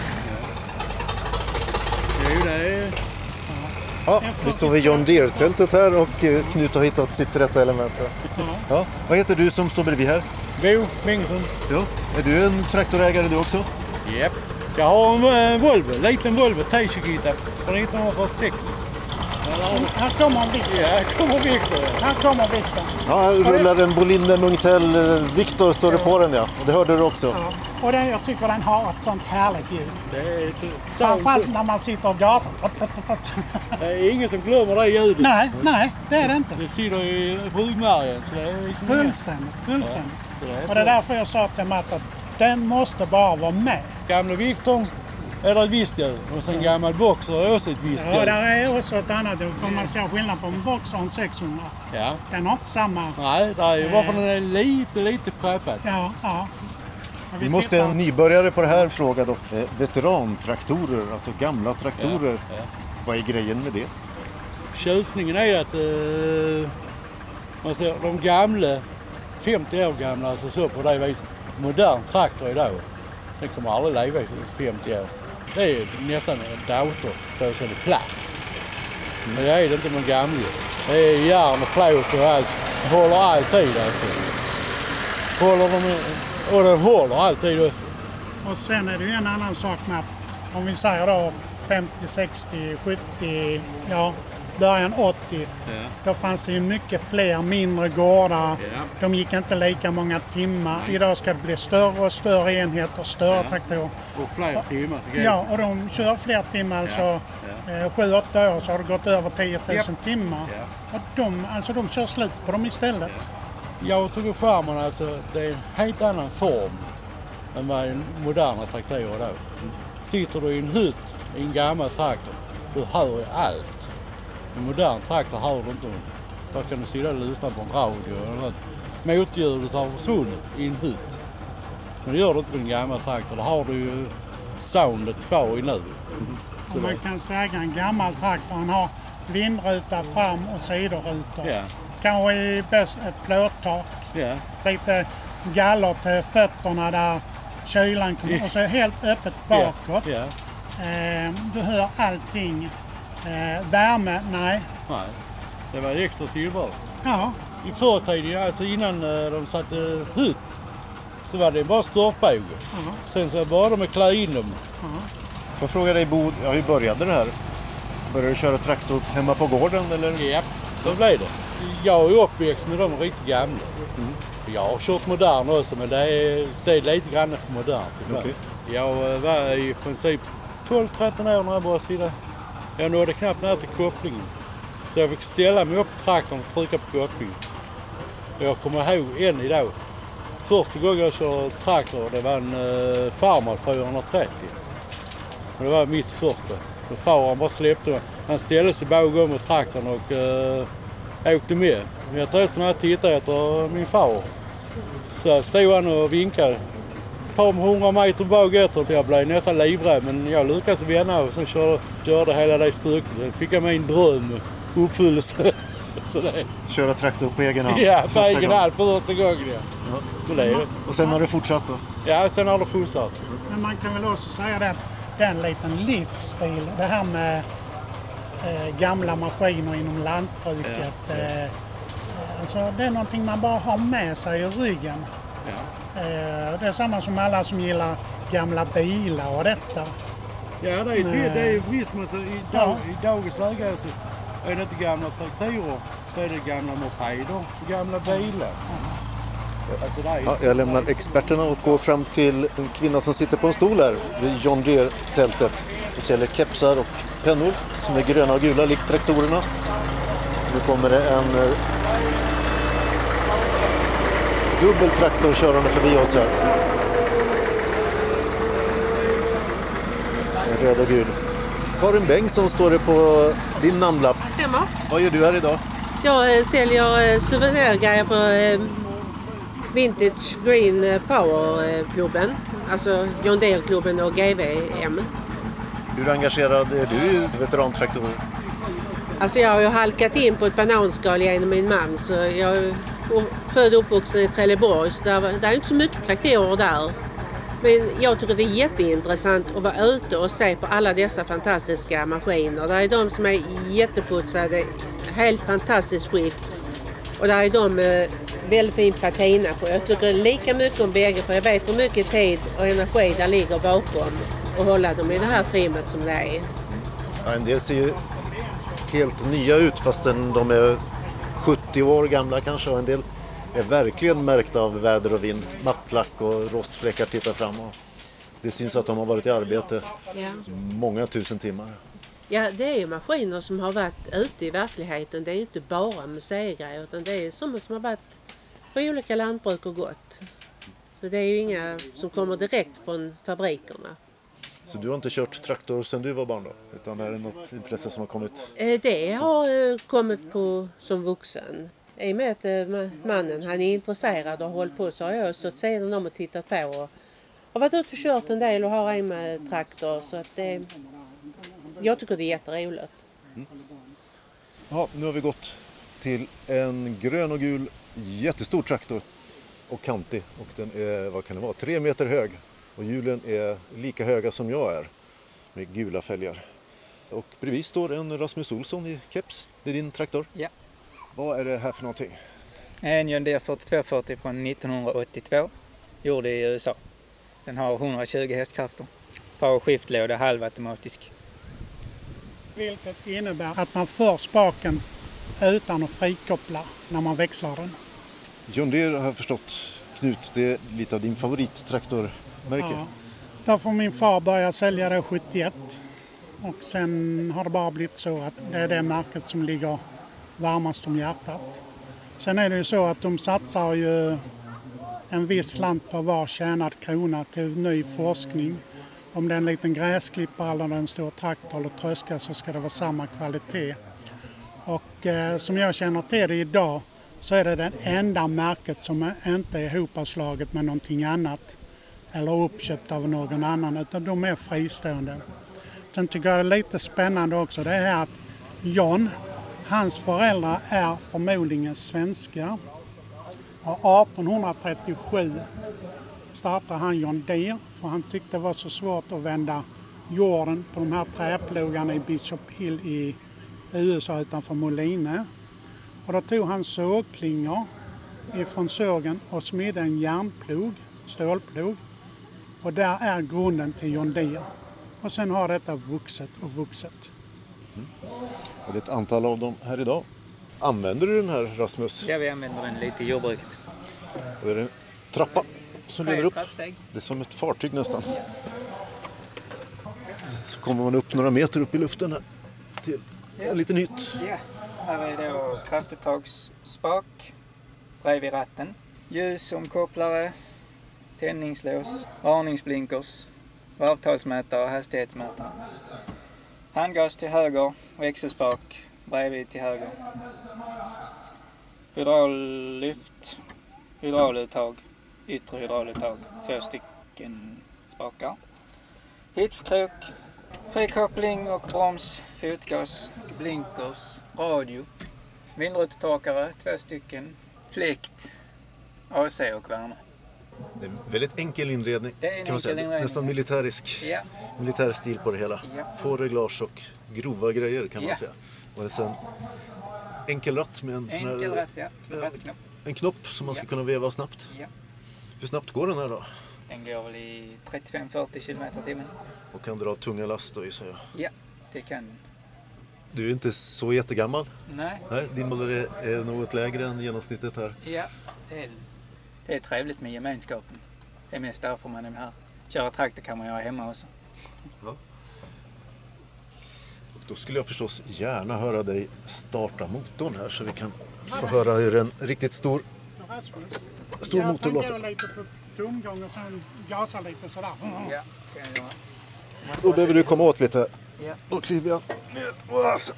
Speaker 8: Jo, det är...
Speaker 1: Ja, vi står vid John Deere-tältet här och Knut har hittat sitt rätta element. Ja. Vad heter du som står bredvid här?
Speaker 7: Bo Bengtsson.
Speaker 1: Ja. Är du en traktorägare du också?
Speaker 7: Japp. Jag har en Volvo, liten Volvo T-Chiquita från 1946. Här kommer Victor. Ja, här kommer Victor. Här kommer Victor.
Speaker 1: Ja, här rullar en Bolinde Munktel. Victor står det på den, ja. Och det hörde du också.
Speaker 7: Ja. Och jag tycker den har ett sånt härligt ljud.
Speaker 8: Det är
Speaker 7: framförallt när man sitter och gasar.
Speaker 8: Det är ingen som glömmer det ljudet.
Speaker 7: Nej, det är det inte.
Speaker 8: Det sitter i ryggmärgen.
Speaker 7: Fullständigt.
Speaker 8: Ja,
Speaker 7: och det är därför jag sa till Mats att den måste bara vara med.
Speaker 8: Gamla Victor är det ett visst ljud. Och sen gammal Boxer är också ett visst ljud.
Speaker 7: Ja, där är också ett annat. Får man se skillnad på en Boxer och en 600.
Speaker 8: Ja.
Speaker 7: Den har inte samma...
Speaker 8: Nej, det är ju bara för den är lite pröpad.
Speaker 7: Ja.
Speaker 1: Vi måste en nybörjare på det här fråga då. Veterantraktorer, alltså gamla traktorer.
Speaker 8: Ja.
Speaker 1: Vad är grejen med det?
Speaker 7: Tjusningen är att man ser de gamla, 50 år gamla, alltså så på det viset. Modern traktor idag, den kommer aldrig leva i 50 år. Det är nästan en dator, då så är det plast. Men det är det inte med gamla. Det är järn och plåt och allt. Det håller alltid alltså. Och den håller alltid också.
Speaker 9: Och sen är det ju en annan sak med att om vi säger då 50, 60, 70, ja början 80. Då fanns det ju mycket fler mindre gårdar. De gick inte lika många timmar. Idag ska det bli större och större enheter och större traktorer.
Speaker 7: Och fler timmar.
Speaker 9: Ja, och de kör fler timmar. Alltså 7-8 år så har det gått över 10 000 timmar. Och de kör slut på dem istället.
Speaker 7: Jag tycker skärmen alltså, det är en helt annan form än vad en moderna traktorer då. Sitter du i en hytt i en gammal traktor, du hör ju allt. En modern traktor hör du inte. Där kan du sitta och lyssna på en radio eller något. Motljudet har försvunnit i en hytt. Men det gör du inte med en gammal traktor. Då har du ju soundet kvar i nu.
Speaker 9: Och man kan säga en gammal traktor, han har vindruta fram och sidorutor.
Speaker 7: Ja.
Speaker 9: Kanske är bäst ett plåttak.
Speaker 7: Ja.
Speaker 9: Lite galler till fötterna där kylan kommer. Och så helt öppet bakåt.
Speaker 7: Ja.
Speaker 9: Du hör allting. Värme, nej.
Speaker 7: Nej, det var extra tillbehör.
Speaker 9: Ja.
Speaker 7: I förtiden, alltså innan de satte hytt, så var det bara störtbåge. Sen så bara de klä in dem.
Speaker 1: Får jag fråga dig Bo, hur började det här? Började du köra traktor hemma på gården eller?
Speaker 7: Ja, så blev det. Jag är uppväxt med de riktigt gamla. Jag har kört modern också, men det är lite grann för modernt.
Speaker 1: Okay.
Speaker 7: Jag var i princip 12-13 år när jag började sitta. Jag nådde knappt ner till kopplingen. Så jag fick ställa mig upp på traktorn och trycka på kopplingen. Jag kommer ihåg än idag. Första gången jag körde traktor, det var en Farmar 430. Och det var mitt första. Så faren bara släppte mig. Han ställde sig bakom traktorn och åkte med. Men jag tror när jag tittade efter min far. Så stod han och vinkade. Ett par 100 meter bak efter. Så jag blev nästan livrädd, men jag lyckades vända och sen körde hela det stycket. Då fick jag min dröm uppfyllelse.
Speaker 1: Köra traktor på egen hand?
Speaker 7: Ja, på egen hand första gången. Ja.
Speaker 1: Och sen har det fortsatt då?
Speaker 7: Ja, sen har det fortsatt.
Speaker 9: Men man kan väl också säga det att det är en liten livsstil. Det här med gamla maskiner inom lantbruket. Alltså det är någonting man bara har med sig i ryggen. Det är samma som alla som gillar gamla bilar och detta.
Speaker 7: Ja, det är visst. I dagens läge så är det inte gamla traktorer, så är det gamla mopeder, gamla bilar. Alltså
Speaker 1: jag lämnar experterna och går fram till en kvinna som sitter på en stol här vid John Deere-tältet och säljer kepsar och pennor som är gröna och gula likt traktorerna. Nu kommer det en dubbeltraktor körande förbi oss här. En röd och gul. Karin Bengtsson står det på din namnlapp.
Speaker 10: Stämmer.
Speaker 1: Vad gör du här idag?
Speaker 10: Jag säljer souvenirgrejer för Vintage Green Power-klubben. Alltså John Deere-klubben och GVM.
Speaker 1: Hur engagerad är du i veterantraktorer?
Speaker 10: Alltså jag har ju halkat in på ett bananskal genom min man. Så jag är född och uppvuxen i Trelleborg. Så det är inte så mycket traktorer där. Men jag tycker det är jätteintressant att vara ute och se på alla dessa fantastiska maskiner. Det är de som är jätteputsade, helt fantastiskt skick. Och där är de väldigt fin patina på. Jag tycker lika mycket om bägge, för jag vet hur mycket tid och energi där ligger bakom och hålla dem i det här trimmet som det är.
Speaker 1: Ja, en del ser ju helt nya ut fastän de är 70 år gamla kanske, och en del är verkligen märkta av väder och vind. Mattlack och rostfläckar tittar fram. Och det syns att de har varit i arbete många tusen timmar.
Speaker 10: Ja, det är ju maskiner som har varit ute i verkligheten. Det är ju inte bara museigrejer, utan det är som har varit på olika lantbruk och gått. Så det är ju inga som kommer direkt från fabrikerna.
Speaker 1: Så du har inte kört traktor sedan du var barn då? Utan är det något intresse som har kommit?
Speaker 10: Det har kommit på som vuxen. I och med att mannen han är intresserad och har hållit på, så har jag stått sidan om och tittat på. Och har varit ute och kört en del och har en med traktor. Så att jag tycker det är jätteroligt.
Speaker 1: Ja, nu har vi gått till en grön och gul jättestor traktor och kantig. Och den är, vad kan det vara, 3 meter hög. Och hjulen är lika höga som jag är med gula fälgar. Och bredvid står en Rasmus Olsson i keps. Det är din traktor?
Speaker 11: Ja.
Speaker 1: Vad är det här för någonting?
Speaker 11: En John Deere 4240 från 1982. Gjord i USA. Den har 120 hästkrafter. Power skiftlåda, halvautomatisk.
Speaker 9: Vilket innebär att man för spaken utan att frikoppla när man växlar den.
Speaker 1: John Deere har jag förstått, Knut, det är lite av din favorittraktormärke.
Speaker 9: Ja. Därför min far började sälja det 71. Och sen har det bara blivit så att det är det märket som ligger varmast om hjärtat. Sen är det ju så att de satsar ju en viss slant på var tjänad krona till ny forskning. Om det är en liten gräsklippare eller en stor traktor eller tröska så ska det vara samma kvalitet. Och som jag känner till det idag så är det den enda märket som inte är ihopslaget med någonting annat eller uppköpt av någon annan, utan de är fristående. Sen tycker jag det är lite spännande också, det är att John, hans föräldrar är förmodligen svenskar. Och 1837 startade han John Deere för han tyckte det var så svårt att vända jorden på de här träplogarna i Bishop Hill i USA utanför Moline. Och då tog han sågklingor ifrån sågen och smidde en järnplog, stålplog. Och där är grunden till John Deere. Och sen har detta vuxit och vuxit.
Speaker 1: Och det är ett antal av dem här idag. Använder du den här, Rasmus?
Speaker 11: Ja, vi använder den lite i jordbruket.
Speaker 1: Och det är en trappa som leder upp.
Speaker 11: Trappsteg.
Speaker 1: Det är som ett fartyg nästan. Så kommer man upp några meter upp i luften här till en liten hytt.
Speaker 11: Ja, här är då kraftuttagsspak bredvid ratten. Ljusomkopplare, tändningslås, varningsblinkers, varvtalsmätare och hastighetsmätare. Handgas till höger, växelspak bredvid till höger. Hydraullyft, hydrauluttag, yttre hydrauluttag, 2 stycken spakar. Hitchkrok, frikoppling och broms, fotgas, blinkers, radio, vindrutetorkare, 2 stycken, fläkt, AC och värme.
Speaker 1: Det är en väldigt enkel inredning,
Speaker 11: Det är en
Speaker 1: kan man säga.
Speaker 11: enkel inredning.
Speaker 1: Nästan militär stil på det hela.
Speaker 11: Ja.
Speaker 1: Få reglage och grova grejer kan man
Speaker 11: Ja.
Speaker 1: säga. Och det är sen enkel ratt med en sån här,
Speaker 11: Enkel ratt, ja. Rattknopp.
Speaker 1: en knopp som man ska kunna veva snabbt.
Speaker 11: Ja.
Speaker 1: Hur snabbt går den här då?
Speaker 11: Den går väl i 35-40 km/h.
Speaker 1: Och kan dra tunga last då, gissar jag.
Speaker 11: Ja, det kan.
Speaker 1: Du är inte så jättegammal.
Speaker 11: Nej.
Speaker 1: Nej, din ålder är något lägre än genomsnittet här.
Speaker 11: Ja, det är trevligt med gemenskapen. Det är mest därför man är här. Köra traktor kan man göra hemma också.
Speaker 1: Ja. Och då skulle jag förstås gärna höra dig starta motorn här så vi kan få höra hur en riktigt stor motor låter.
Speaker 9: Jag lite på tomgång och sen gasa lite sådär.
Speaker 11: Ja, kan jag göra.
Speaker 1: Då behöver du komma åt lite.
Speaker 11: Ja.
Speaker 1: Då kliver jag ner. Så.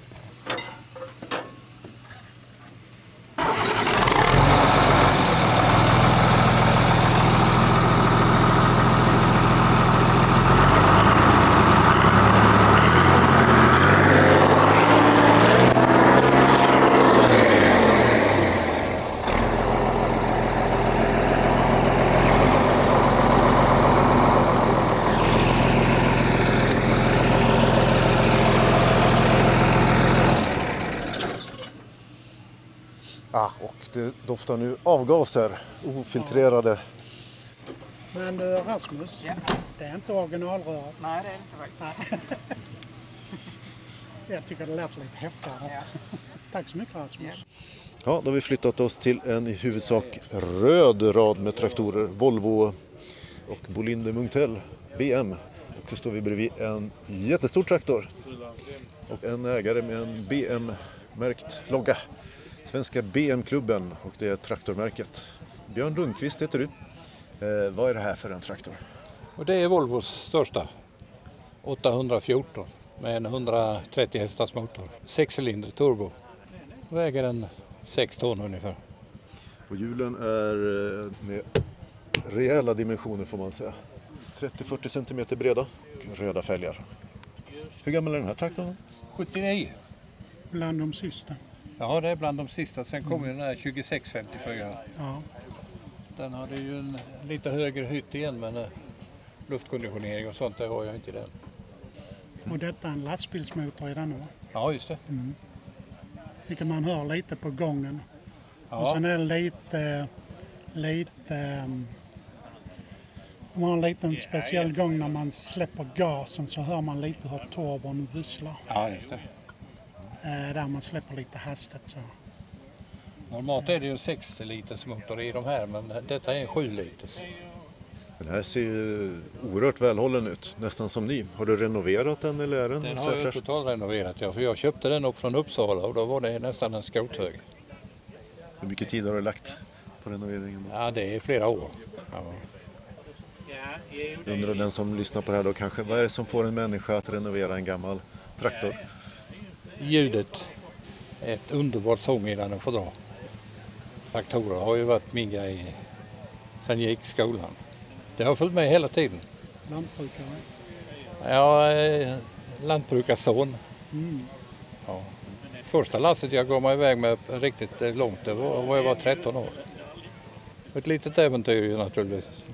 Speaker 1: Och det doftar nu avgaser, ofiltrerade.
Speaker 9: Men du Rasmus, det är inte originalröret.
Speaker 11: Nej, det är det inte faktiskt.
Speaker 9: Jag tycker det lät lite häftigare.
Speaker 11: Ja.
Speaker 9: Tack så mycket Rasmus.
Speaker 1: Ja, då har vi flyttat oss till en i huvudsak röd rad med traktorer. Volvo och Bolinder Munktell BM. Och så står vi bredvid en jättestor traktor. Och en ägare med en BM-märkt logga. Svenska BM-klubben, och det är traktormärket. Björn Lundqvist heter du. Vad är det här för en traktor?
Speaker 12: Och det är Volvos största. 814 med en 130 hästars motor. 6-cylindrig turbo. Väger den 6 ton ungefär.
Speaker 1: Och hjulen är med rejäla dimensioner får man säga. 30-40 cm breda och röda fälgar. Hur gammal är den här traktorn?
Speaker 12: 79.
Speaker 9: Bland de sista.
Speaker 12: Ja, det är bland de sista. Sen kommer den här 2654.
Speaker 9: Ja.
Speaker 12: Den hade ju en lite högre hytt igen, men luftkonditionering och sånt, det har jag inte i den.
Speaker 9: Och detta är en lastbilsmotor i den, va?
Speaker 12: Ja, just det.
Speaker 9: Mm. Vilket man hör lite på gången.
Speaker 12: Ja.
Speaker 9: Och sen är det lite man har en liten speciell gång när man släpper gasen, så hör man lite hur turbon visslar.
Speaker 12: Ja, just det.
Speaker 9: Där man släpper lite hastigt så.
Speaker 12: Normalt är det ju en 6 liters motor i de här, men detta är en 7 liters.
Speaker 1: Den här ser ju oerhört välhållen ut, nästan som ny. Har du renoverat den eller är den?
Speaker 12: Den har jag totalt renoverat, ja, för jag köpte den upp från Uppsala och då var det nästan en skrothög.
Speaker 1: Hur mycket tid har du lagt på renoveringen?
Speaker 12: Ja, det är flera år. Ja.
Speaker 1: Jag undrar den som lyssnar på det här då kanske, vad är det som får en människa att renovera en gammal traktor?
Speaker 12: Ljudet är ett underbart sång innan den får dra. Traktorer har ju varit min grej sedan jag gick i skolan. Det har följt med hela tiden.
Speaker 9: Lantbrukare?
Speaker 12: Ja, lantbrukarson.
Speaker 9: Mm.
Speaker 12: Ja. Första lasset jag gav mig iväg med riktigt långt, det var jag var 13 år. Ett litet äventyr ju naturligtvis.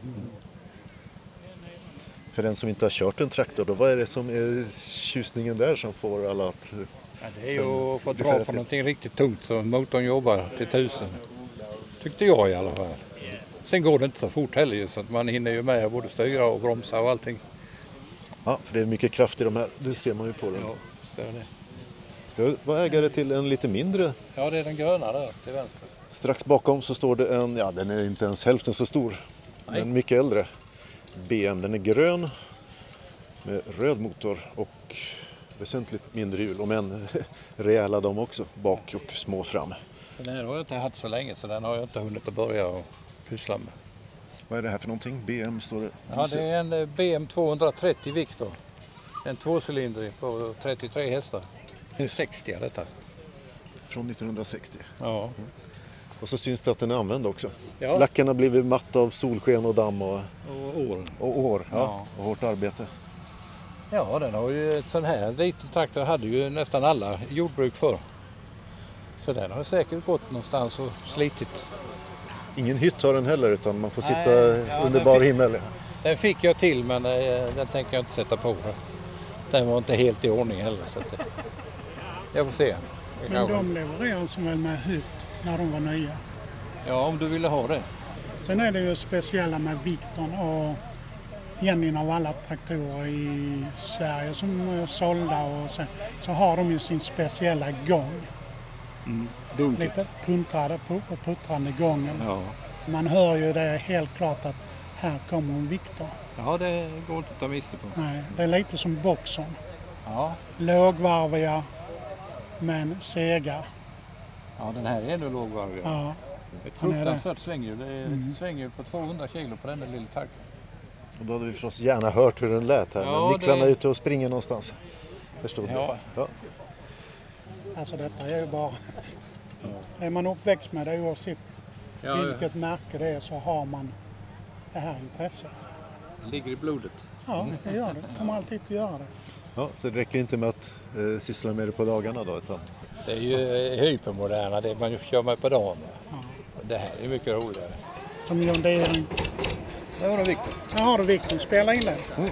Speaker 1: För den som inte har kört en traktor, då vad är det som är tjusningen där som får alla att...
Speaker 12: Ja, det är ju att få dra på någonting riktigt tungt så motorn jobbar till 1000. Tyckte jag i alla fall. Sen går det inte så fort heller så att man hinner ju med både styra och bromsa och allting.
Speaker 1: Ja, för det är mycket kraft i de här, det ser man ju på den.
Speaker 12: Ja, det är det.
Speaker 1: Jag var ägare till en lite mindre.
Speaker 12: Ja, det är den gröna där till vänster.
Speaker 1: Strax bakom så står det en, ja den är inte ens hälften så stor, men mycket äldre. BM, den är grön med röd motor och väsentligt mindre hjul, om än rejäla de också, bak och små fram.
Speaker 12: Den här har jag inte haft så länge så den har jag inte hunnit att börja och pyssla med.
Speaker 1: Vad är det här för någonting? BM står det?
Speaker 12: Ja, det är en BM 230 Victor. En tvåcylindrig på 33 hästar. Det är 60 detta.
Speaker 1: Från 1960?
Speaker 12: Ja.
Speaker 1: Mm. Och så syns det att den är använd också.
Speaker 12: Ja.
Speaker 1: Lacken har blivit matt av solsken och damm och
Speaker 12: år.
Speaker 1: Ja. Och hårt arbete.
Speaker 12: Ja, den har ju ett sån här liten traktor hade ju nästan alla jordbruk för. Så den har säkert gått någonstans och slitit.
Speaker 1: Ingen hytt har den heller utan man får sitta under bar himmel.
Speaker 12: Den fick jag till men den tänker jag inte sätta på. Den var inte helt i ordning heller så att, jag får se.
Speaker 9: Men de levereras väl med hytt när de var nya?
Speaker 12: Ja, om du ville ha det.
Speaker 9: Sen är det ju speciella med Victorn och egentligen av alla traktorer i Sverige som är sålda och så har de ju sin speciella gång. Lite puttrande gången.
Speaker 12: Ja.
Speaker 9: Man hör ju det helt klart att här kommer en Victor.
Speaker 12: Ja, det går inte att ta miste på.
Speaker 9: Nej, det är lite som boxen.
Speaker 12: Ja.
Speaker 9: Lågvarviga men sega.
Speaker 12: Ja, den här är ändå lågvarvig.
Speaker 9: Ja.
Speaker 12: Ett fruktansvärt svänghjul. Det är ett svänghjul på 200 kilo på den där lilla traktorn.
Speaker 1: Och då hade vi förstås gärna hört hur den lät här.
Speaker 12: Ja,
Speaker 1: men nycklarna är ute och springer någonstans. Förstod du?
Speaker 12: Ja.
Speaker 9: Alltså detta är ju bara... Är man uppväxt med det oavsett vilket märke det är så har man det här intresset.
Speaker 12: Det ligger i blodet.
Speaker 9: Ja, det gör det. Det kommer alltid att göra det.
Speaker 1: Ja, så det räcker inte med att syssla med det på dagarna då? Utan...
Speaker 12: Det är ju hypermoderna, det man kör med på dagen. Ja. Det här är mycket roligare.
Speaker 9: Som John Deere.
Speaker 12: Där har du Victor.
Speaker 9: Där har du Victor, spela in det.
Speaker 1: Mm.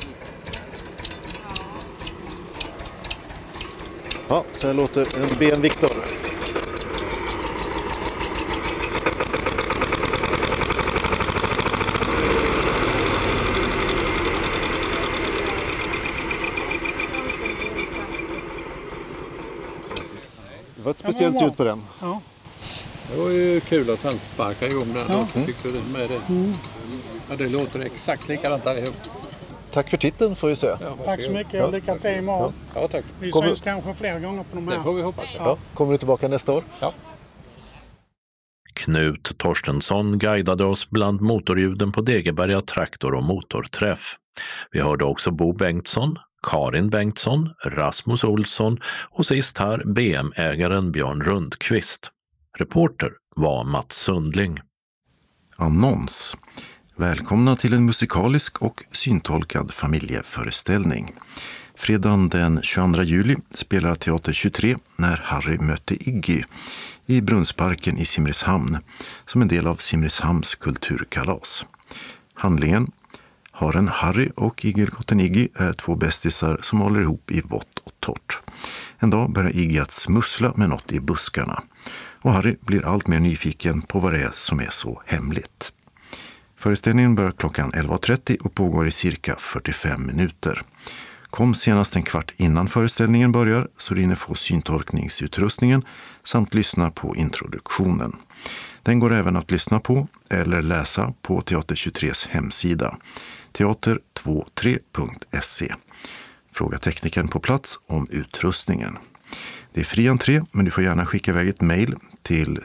Speaker 1: Ja, så här låter en BM Victor. Det var ett speciellt ljud på den.
Speaker 9: Ja.
Speaker 12: Det var ju kul att han sparkade igång den. Ja. Då fick du med det. Ja, det låter exakt likadant allihop.
Speaker 1: Tack för titeln får jag säga.
Speaker 9: Ja, tack så mycket och lycka till imorgon.
Speaker 12: Ja, tack.
Speaker 9: Vi ses kanske fler gånger på de här.
Speaker 12: Det får vi hoppas.
Speaker 1: Ja. Kommer du tillbaka nästa år?
Speaker 12: Ja.
Speaker 2: Knut Torstensson guidade oss bland motorljuden på Degeberga traktor- och motorträff. Vi hörde också Bo Bengtsson, Karin Bengtsson, Rasmus Olsson och sist här BM-ägaren Björn Rundqvist. Reporter var Mats Sundling.
Speaker 1: Annons. Välkomna till en musikalisk och syntolkad familjeföreställning. Fredagen den 22 juli spelar Teater 23 När Harry mötte Iggy i Brunnsparken i Simrishamn som en del av Simrishamns kulturkalas. Handlingen: haren Harry och igelkotten Iggy är två bästisar som håller ihop i vått och torrt. En dag börjar Iggy att smussla med något i buskarna och Harry blir allt mer nyfiken på vad det är som är så hemligt. Föreställningen börjar klockan 11.30 och pågår i cirka 45 minuter. Kom senast en kvart innan föreställningen börjar så du hinner få syntolkningsutrustningen samt lyssna på introduktionen. Den går även att lyssna på eller läsa på Teater 23s hemsida, teater23.se. Fråga teknikern på plats om utrustningen. Det är fri entré, men du får gärna skicka iväg ett mejl till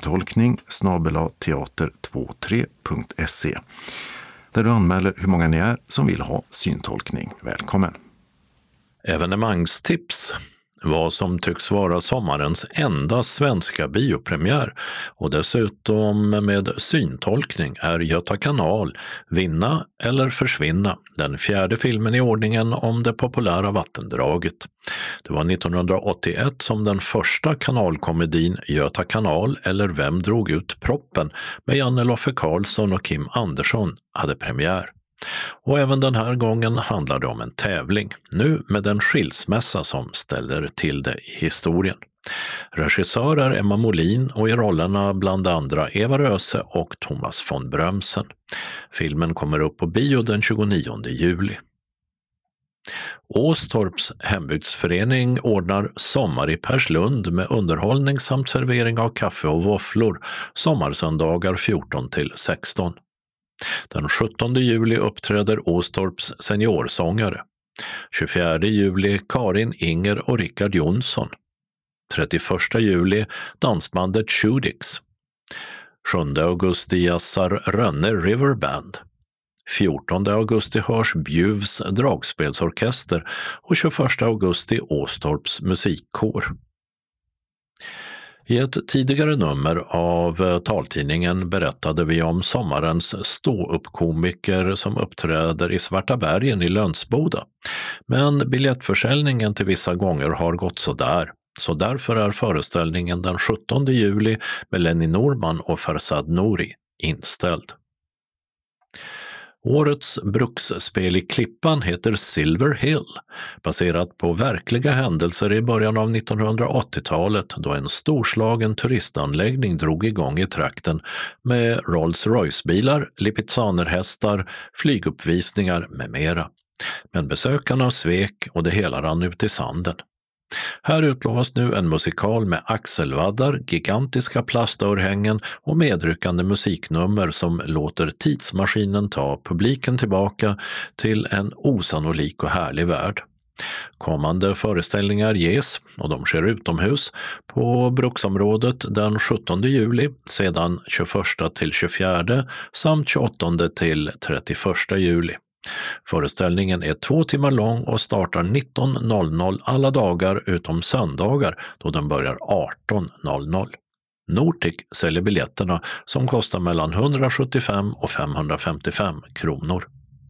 Speaker 1: syntolkning@teater23.se där du anmäler hur många ni är som vill ha syntolkning. Välkommen!
Speaker 2: Evenemangstips. Vad som tycks vara sommarens enda svenska biopremiär och dessutom med syntolkning är Göta kanal, Vinna eller försvinna, den fjärde filmen i ordningen om det populära vattendraget. Det var 1981 som den första kanalkomedin Göta kanal eller Vem drog ut proppen med Janne Loffe Karlsson och Kim Andersson hade premiär. Och även den här gången handlar det om en tävling, nu med en skilsmässa som ställer till det i historien. Regissör är Emma Molin och i rollerna bland andra Eva Röse och Thomas von Brömsen. Filmen kommer upp på bio den 29 juli. Åstorps hembygdsförening ordnar sommar i Perslund med underhållning samt servering av kaffe och våfflor sommarsöndagar 14-16. Den 17 juli uppträder Åstorps seniorsångare. 24 juli Karin, Inger och Rickard Jonsson. 31 juli dansbandet Shudix. 7 augusti jassar Rönne River Band. 14 augusti hörs Bjuvs dragspelsorkester och 21 augusti Åstorps musikkår. I ett tidigare nummer av taltidningen berättade vi om sommarens ståuppkomiker som uppträder i Svarta bergen i Lönsboda. Men biljettförsäljningen till vissa gånger har gått sådär. Så därför är föreställningen den 17 juli med Lenny Norman och Farsad Nouri inställd. Årets bruksspel i Klippan heter Silver Hill, baserat på verkliga händelser i början av 1980-talet då en storslagen turistanläggning drog igång i trakten med Rolls-Royce-bilar, lipizzanerhästar, flyguppvisningar med mera. Men besökarna svek och det hela rann ut i sanden. Här utlovas nu en musikal med axelvaddar, gigantiska plastörhängen och medryckande musiknummer som låter tidsmaskinen ta publiken tillbaka till en osannolik och härlig värld. Kommande föreställningar ges, och de sker utomhus, på Bruksområdet den 17 juli, sedan 21 till 24 samt 28 till 31 juli. Föreställningen är 2 timmar lång och startar 19.00 alla dagar utom söndagar då den börjar 18.00. Nortic säljer biljetterna som kostar mellan 175 och 555 kronor.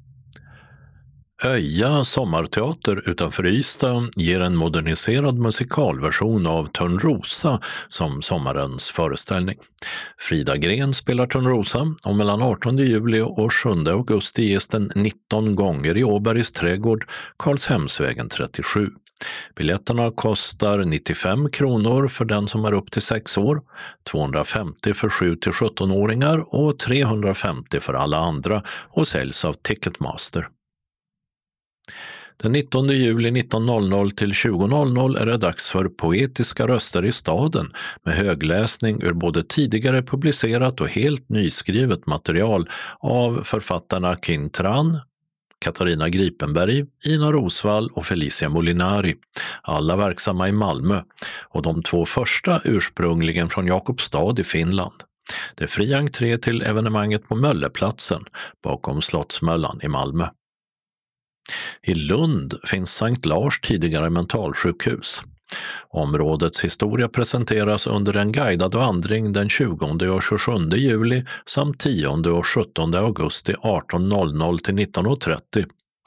Speaker 2: Öja sommarteater utanför Ystad ger en moderniserad musikalversion av Törnrosa som sommarens föreställning. Frida Gren spelar Törnrosa och mellan 18 juli och 7 augusti ges den 19 gånger i Åbergs trädgård, Karlshemsvägen 37. Biljetterna kostar 95 kronor för den som är upp till 6 år, 250 för 7-17-åringar och 350 för alla andra och säljs av Ticketmaster. Den 19 juli 19.00 till 20.00 är det dags för Poetiska röster i staden med högläsning ur både tidigare publicerat och helt nyskrivet material av författarna Kim Tran, Katarina Gripenberg, Ina Rosvall och Felicia Molinari, alla verksamma i Malmö och de 2 första ursprungligen från Jakobstad i Finland. Det är fri entré till evenemanget på Mölleplatsen bakom Slottsmöllan i Malmö. I Lund finns Sankt Lars tidigare mentalsjukhus. Områdets historia presenteras under en guidad vandring den 20 och 27 juli samt 10 och 17 augusti 18.00 till 19.30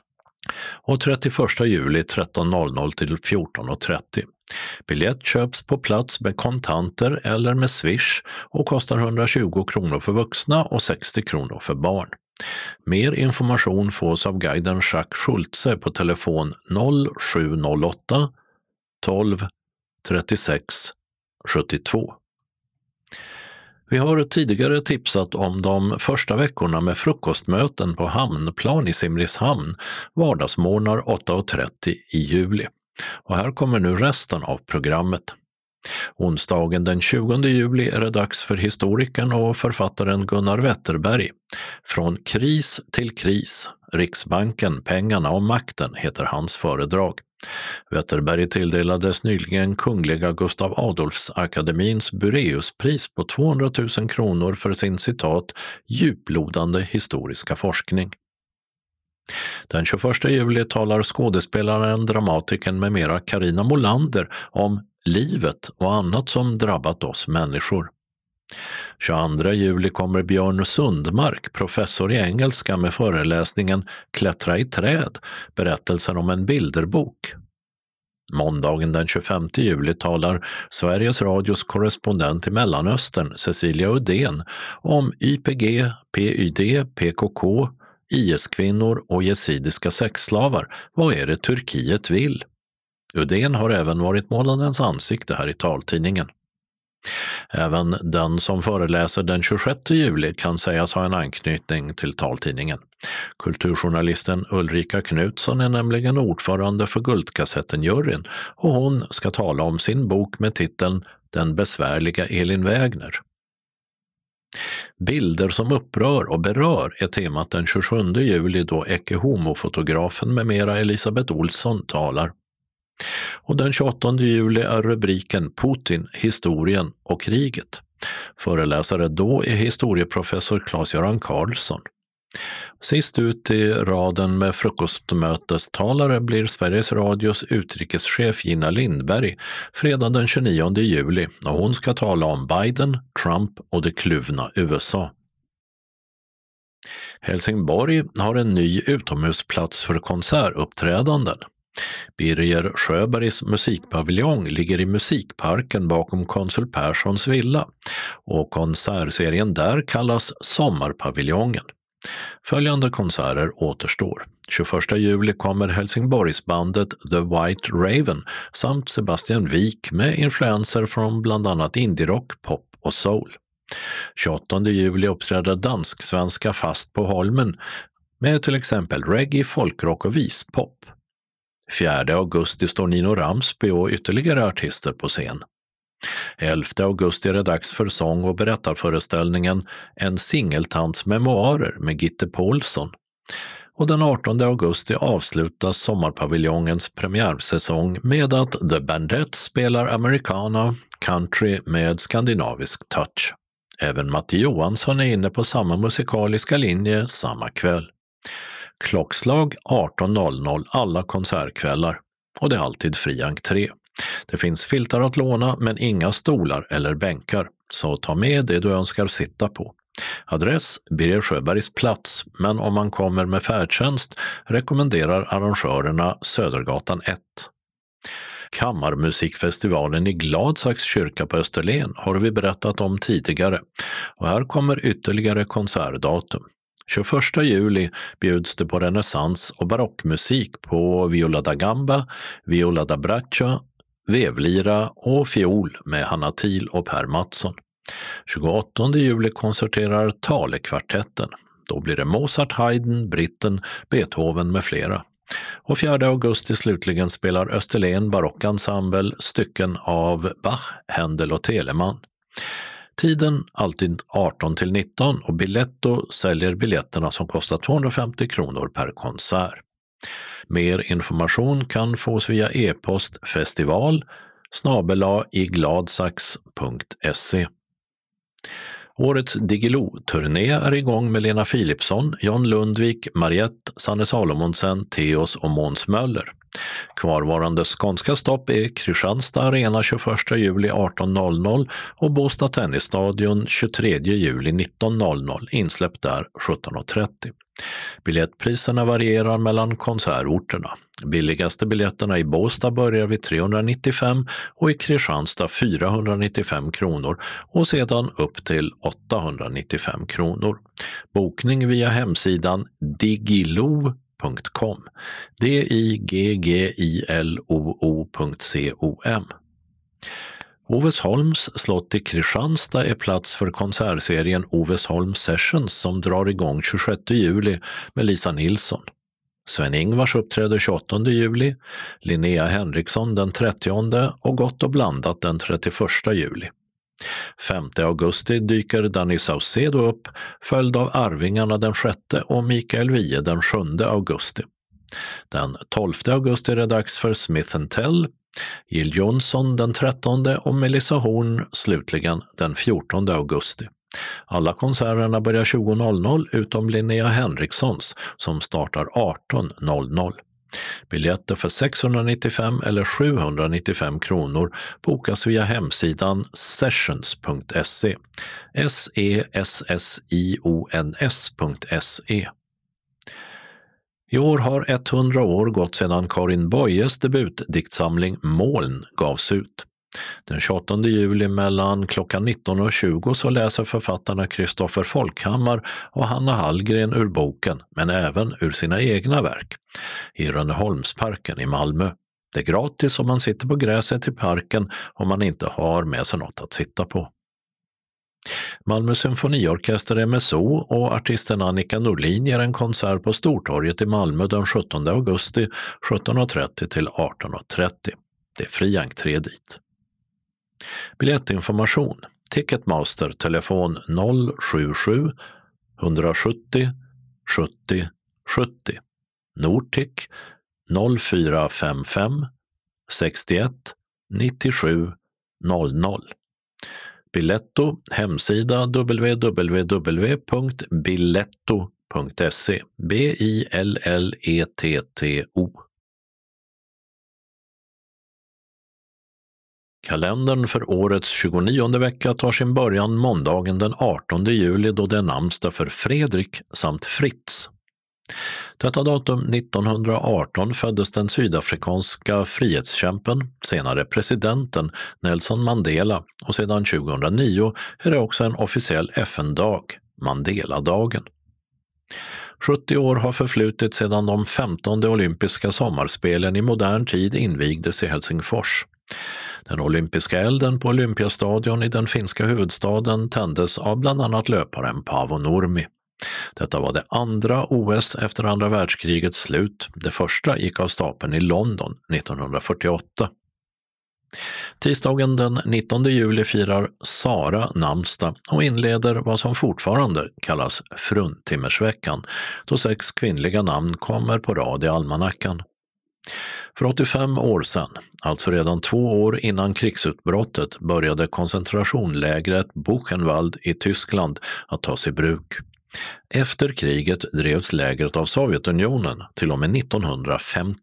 Speaker 2: Och 31 juli 13.00 till 14.30. Biljett köps på plats med kontanter eller med Swish och kostar 120 kronor för vuxna och 60 kronor för barn. Mer information fås av guiden Jacques Schultze på telefon 0708 12 36 72. Vi har tidigare tipsat om de första veckorna med frukostmöten på Hamnplan i Simrishamn, vardagsmorgnar 8.30 i juli. Och här kommer nu resten av programmet. Onsdagen den 20 juli är det dags för historikern och författaren Gunnar Wetterberg. Från kris till kris, Riksbanken, pengarna och makten heter hans föredrag. Wetterberg tilldelades nyligen Kungliga Gustav Adolfs akademins Bureauspris på 200 000 kronor för sin citat djuplodande historiska forskning. Den 21 juli talar skådespelaren, dramatikern med mera Carina Molander om livet och annat som drabbat oss människor. 22 juli kommer Björn Sundmark, professor i engelska, med föreläsningen Klättra i träd, berättelsen om en bilderbok. Måndagen den 25 juli talar Sveriges Radios korrespondent i Mellanöstern, Cecilia Udén, om YPG, PYD, PKK, IS-kvinnor och jesidiska sexslavar. Vad är det Turkiet vill? Udén har även varit månadens ansikte här i taltidningen. Även den som föreläser den 26 juli kan sägas ha en anknytning till taltidningen. Kulturjournalisten Ulrika Knutsson är nämligen ordförande för Guldkassetten-juryn och hon ska tala om sin bok med titeln Den besvärliga Elin Wägner. Bilder som upprör och berör är temat den 27 juli då Ecce Homo-fotografen med mera Elisabeth Olsson talar. Och den 28 juli är rubriken Putin, historien och kriget. Föreläsare då är historieprofessor Claes-Göran Karlsson. Sist ut i raden med frukostmötestalare blir Sveriges Radios utrikeschef Gina Lindberg fredag den 29 juli och hon ska tala om Biden, Trump och det kluvna USA. Helsingborg har en ny utomhusplats för konsertuppträdanden. Birger Sjöbergs musikpaviljong ligger i musikparken bakom Konsul Perssons villa och konsertserien där kallas Sommarpaviljongen. Följande konserter återstår. 21 juli kommer Helsingborgsbandet The White Raven samt Sebastian Wik med influenser från bland annat indie-rock, pop och soul. 28 juli uppträder dansk-svenska Fast på Holmen med till exempel reggae, folkrock och vispop. 4 augusti står Nino Ramsby och ytterligare artister på scen. 11 augusti är det dags för sång- och berättarföreställningen En singeltants memoarer med Gitte Paulsson. Och den 18 augusti avslutas Sommarpaviljongens premiärsäsong med att The Bandettes spelar Americana country med skandinavisk touch. Även Matti Johansson är inne på samma musikaliska linje samma kväll. Klockslag 18.00 alla konsertkvällar och det är alltid fri entré. Det finns filtar att låna men inga stolar eller bänkar, så ta med det du önskar sitta på. Adress Birger Sjöbergs plats, men om man kommer med färdtjänst rekommenderar arrangörerna Södergatan 1. Kammarmusikfestivalen i Gladsax kyrka på Österlen har vi berättat om tidigare och här kommer ytterligare konsertdatum. 21 juli bjuds det på renässans- och barockmusik på viola da gamba, viola da braccia, vevlira och fiol med Hanna Thiel och Per Mattsson. 28 juli konserterar Tale-kvartetten. Då blir det Mozart, Haydn, Britten, Beethoven med flera. Och 4 augusti slutligen spelar Österlen barockensemble stycken av Bach, Händel och Telemann. Tiden alltid 18-19 och Biletto säljer biljetterna som kostar 250 kronor per konsert. Mer information kan fås via e-post festival@igladsax.se. Årets Diggiloo-turné är igång med Lena Philipsson, John Lundvik, Mariette, Sanne Salomonsen, Theos och Måns Möller. Kvarvarande skånska stopp är Kristianstad Arena 21 juli 18.00 och Båstad Tennisstadion 23 juli 19.00, insläpp där 17.30. Biljettpriserna varierar mellan konsertorterna. Billigaste biljetterna i Båstad börjar vid 395 och i Kristianstad 495 kronor och sedan upp till 895 kronor. Bokning via hemsidan digilo.com. digilo.com. Ovesholms slott i Kristianstad är plats för konsertserien Ovesholm Sessions som drar igång 26 juli med Lisa Nilsson. Sven-Ingvars uppträder 28 juli, Linnea Henriksson den 30 och Gott och blandat den 31 juli. 5 augusti dyker Danny Saucedo upp, följd av Arvingarna den 6 och Mikael Wiehe den 7 augusti. Den 12 augusti är det dags för Smith & Tell, Jill Johnson den 13 och Melissa Horn slutligen den 14 augusti. Alla konserterna börjar 20.00 utom Linnea Henrikssons som startar 18.00. Biljetter för 695 eller 795 kronor bokas via hemsidan sessions.se. sessions.se. I år har 100 år gått sedan Karin Boyes debutdiktsamling Moln gavs ut. Den 28 juli mellan klockan 19:20 så läser författarna Kristoffer Folkhammar och Hanna Hallgren ur boken, men även ur sina egna verk, i Rönneholmsparken i Malmö. Det är gratis om man sitter på gräset i parken om man inte har med sig något att sitta på. Malmö symfoniorkester MSO och artisten Annika Norlin ger en konsert på Stortorget i Malmö den 17 augusti 17.30 till 18.30. Det är fri entré dit. Biljettinformation. Ticketmaster telefon 077 170 70 70. Nortic 0455 61 97 00. Biletto, hemsida www.biletto.se. BILLETTO. Kalendern för årets 29:e vecka tar sin början måndagen den 18 juli då det är namnsdag för Fredrik samt Fritz. Detta datum 1918 föddes den sydafrikanska frihetskämpen, senare presidenten Nelson Mandela, och sedan 2009 är det också en officiell FN-dag, Mandela-dagen. 70 år har förflutit sedan de 15:e olympiska sommarspelen i modern tid invigdes i Helsingfors. Den olympiska elden på Olympiastadion i den finska huvudstaden tändes av bland annat löparen Paavo Nurmi. Detta var det andra OS efter andra världskrigets slut. Det första gick av stapeln i London 1948. Tisdagen den 19 juli firar Sara namnsdag och inleder vad som fortfarande kallas fruntimmersveckan, då 6 kvinnliga namn kommer på rad i almanackan. För 85 år sedan, alltså redan 2 år innan krigsutbrottet, började koncentrationlägret Buchenwald i Tyskland att tas i bruk. Efter kriget drevs lägret av Sovjetunionen till och med 1950.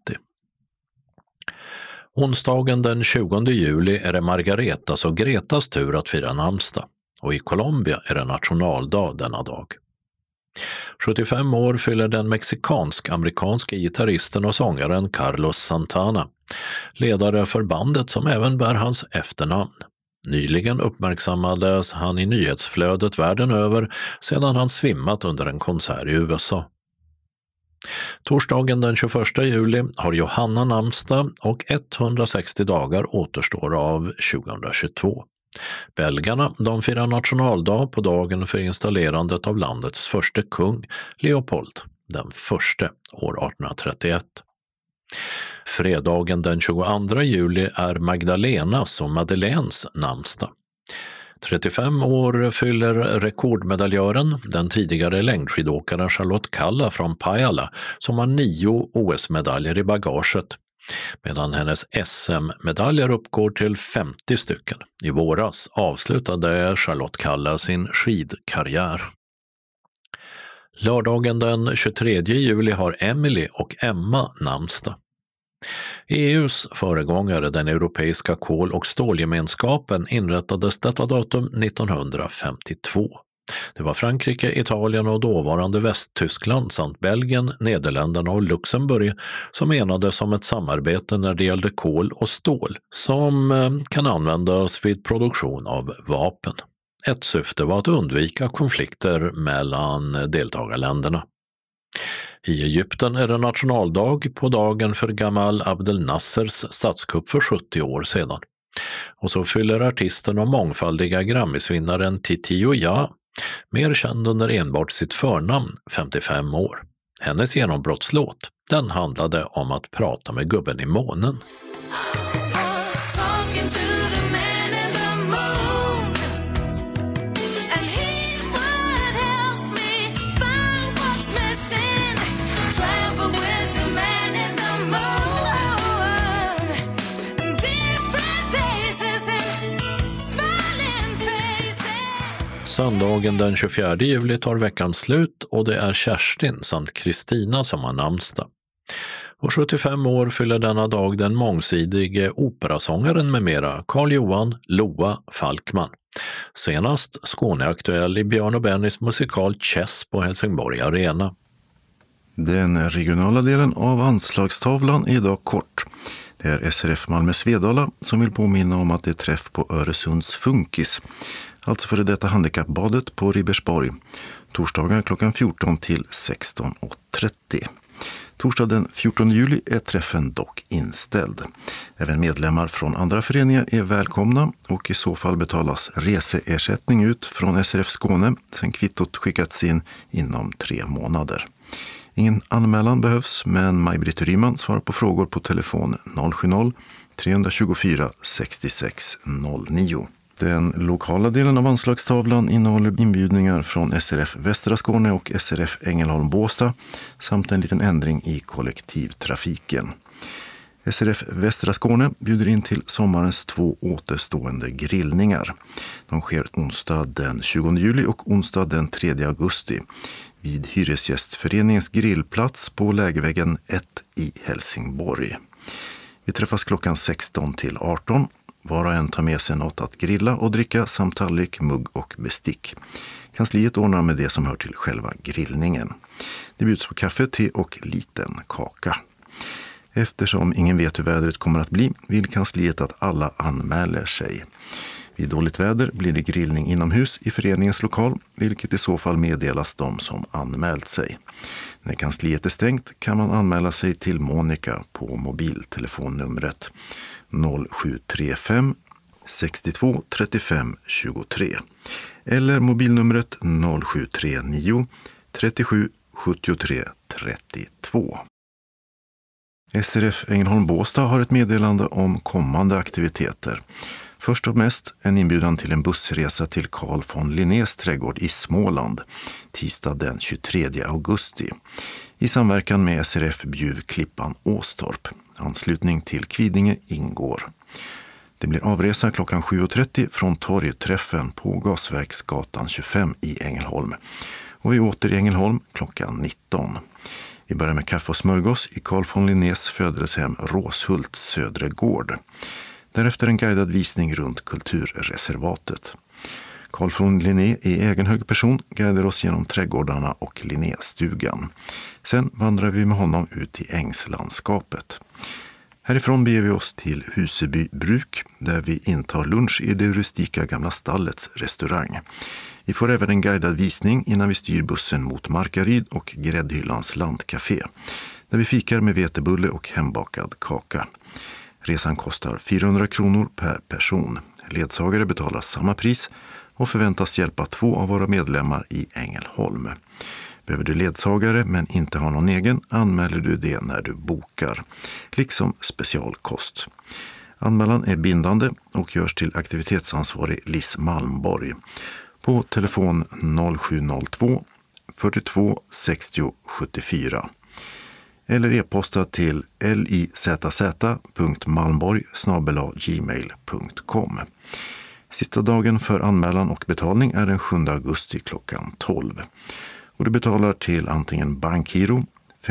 Speaker 2: Onsdagen den 20 juli är det Margaretas och Gretas tur att fira namnsdag, och i Colombia är det nationaldag denna dag. 75 år fyller den mexikansk-amerikanske gitarristen och sångaren Carlos Santana, ledare för bandet som även bär hans efternamn. Nyligen uppmärksammades han i nyhetsflödet världen över sedan han svimmat under en konsert i USA. Torsdagen den 21 juli har Johanna namnsdag och 160 dagar återstår av 2022. Belgarna, de firar nationaldag på dagen för installerandet av landets första kung, Leopold, den första, år 1831. Fredagen den 22 juli är Magdalenas och Madeleines namnsdag. 35 år fyller rekordmedaljören, den tidigare längdskidåkaren Charlotte Kalla från Pajala, som har 9 OS-medaljer i bagaget, medan hennes SM-medaljer uppgår till 50 stycken. I våras avslutade Charlotte Kalla sin skidkarriär. Lördagen den 23 juli har Emily och Emma namnsdag. EUs föregångare, den europeiska kol- och stålgemenskapen, inrättades detta datum 1952. Det var Frankrike, Italien och dåvarande Västtyskland samt Belgien, Nederländerna och Luxemburg som enades om ett samarbete när det gällde kol och stål som kan användas vid produktion av vapen. Ett syfte var att undvika konflikter mellan deltagarländerna. I Egypten är det nationaldag på dagen för Gamal Abdel Nassers statskupp för 70 år sedan. Och så fyller artisten och mångfaldiga Grammisvinnaren Titi Oya, mer känd under enbart sitt förnamn, 55 år. Hennes genombrottslåt, den handlade om att prata med gubben i månen. Söndagen den 24 juli tar veckan slut och det är Kerstin samt Kristina som har namnsdag. Och 75 år fyller denna dag den mångsidige operasångaren med mera Carl-Johan Loa Falkman. Senast Skåneaktuell i Björn och Bennys musikal Chess på Helsingborg Arena.
Speaker 1: Den regionala delen av anslagstavlan är idag kort. Det är SRF Malmö Svedala som vill påminna om att det är träff på Öresunds Funkis. Alltså för detta handikappbadet på Ribersborg. Torsdagar klockan 14 till 16.30. Torsdag den 14 juli är träffen dock inställd. Även medlemmar från andra föreningar är välkomna och i så fall betalas reseersättning ut från SRF Skåne sen kvittot skickats in inom 3 månader. Ingen anmälan behövs, men Maj-Britt Ryman svarar på frågor på telefon 070-324 6609. Den lokala delen av anslagstavlan innehåller inbjudningar från SRF Västra Skåne och SRF Ängelholm-Båstad samt en liten ändring i kollektivtrafiken. SRF Västra Skåne bjuder in till sommarens 2 återstående grillningar. De sker onsdag den 20 juli och onsdag den 3 augusti vid Hyresgästföreningens grillplats på Lägervägen 1 i Helsingborg. Vi träffas klockan 16 till 18. Var och en tar med sig något att grilla och dricka samt tallrik, mugg och bestick. Kansliet ordnar med det som hör till själva grillningen. Det bjuds på kaffe, te och liten kaka. Eftersom ingen vet hur vädret kommer att bli vill kansliet att alla anmäler sig. Vid dåligt väder blir det grillning inomhus i föreningens lokal, vilket i så fall meddelas de som anmält sig. När kansliet är stängt kan man anmäla sig till Monica på mobiltelefonnumret 0735 62 35 23 eller mobilnumret 0739 37 73 32. SRF Ängelholm-Båstad har ett meddelande om kommande aktiviteter. Först och mest en inbjudan till en bussresa till Carl von Linnés trädgård i Småland, tisdag den 23 augusti. I samverkan med SRF Bjuv Klippan Åstorp. Anslutning till Kvidinge ingår. Det blir avresa klockan 7.30 från torgträffen på Gasverksgatan 25 i Ängelholm. Och vi åter i Ängelholm klockan 19. Vi börjar med kaffe och smörgås i Carl von Linnés födelsehem Råshult Södre gård. Därefter en guidad visning runt kulturreservatet. Carl von Linné i egen hög person guidar oss genom trädgårdarna och Linnéstugan. Sen vandrar vi med honom ut i ängslandskapet. Härifrån beger vi oss till Huseby bruk där vi intar lunch i det rustika gamla stallets restaurang. Vi får även en guidad visning innan vi styr bussen mot Markaryd och Gräddhyllans landcafé där vi fikar med vetebulle och hembakad kaka. Resan kostar 400 kronor per person. Ledsagare betalar samma pris och förväntas hjälpa 2 av våra medlemmar i Ängelholm. Behöver du ledsagare men inte har någon egen anmäler du det när du bokar, liksom specialkost. Anmälan är bindande och görs till aktivitetsansvarig Liss Malmborg på telefon 0702 42 60 74 eller e-posta till lizz.malmborg@gmail.com. Sista dagen för anmälan och betalning är den 7 augusti klockan 12. Och du betalar till antingen Bankgiro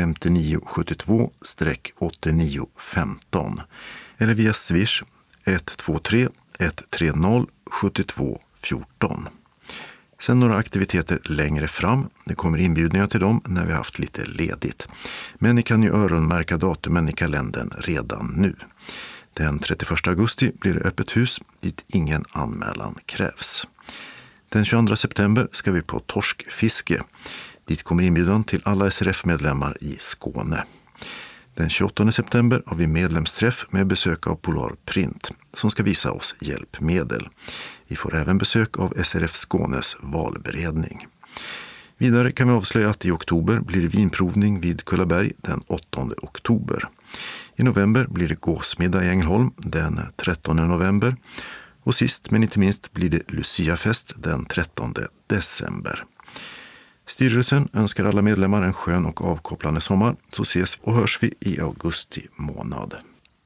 Speaker 1: 5972-8915 eller via Swish 123 130 72 14. Sen några aktiviteter längre fram. Det kommer inbjudningar till dem när vi har haft lite ledigt. Men ni kan ju öronmärka datumen i kalendern redan nu. Den 31 augusti blir det öppet hus dit ingen anmälan krävs. Den 22 september ska vi på torskfiske. Dit kommer inbjudan till alla SRF-medlemmar i Skåne. Den 28 september har vi medlemsträff med besök av Polar Print som ska visa oss hjälpmedel. Vi får även besök av SRF Skånes valberedning. Vidare kan vi avslöja att i oktober blir det vinprovning vid Kullaberg den 8 oktober. I november blir det gåsmiddag i Ängelholm den 13 november. Och sist men inte minst blir det Luciafest den 13 december. Styrelsen önskar alla medlemmar en skön och avkopplande sommar, så ses och hörs vi i augusti månad.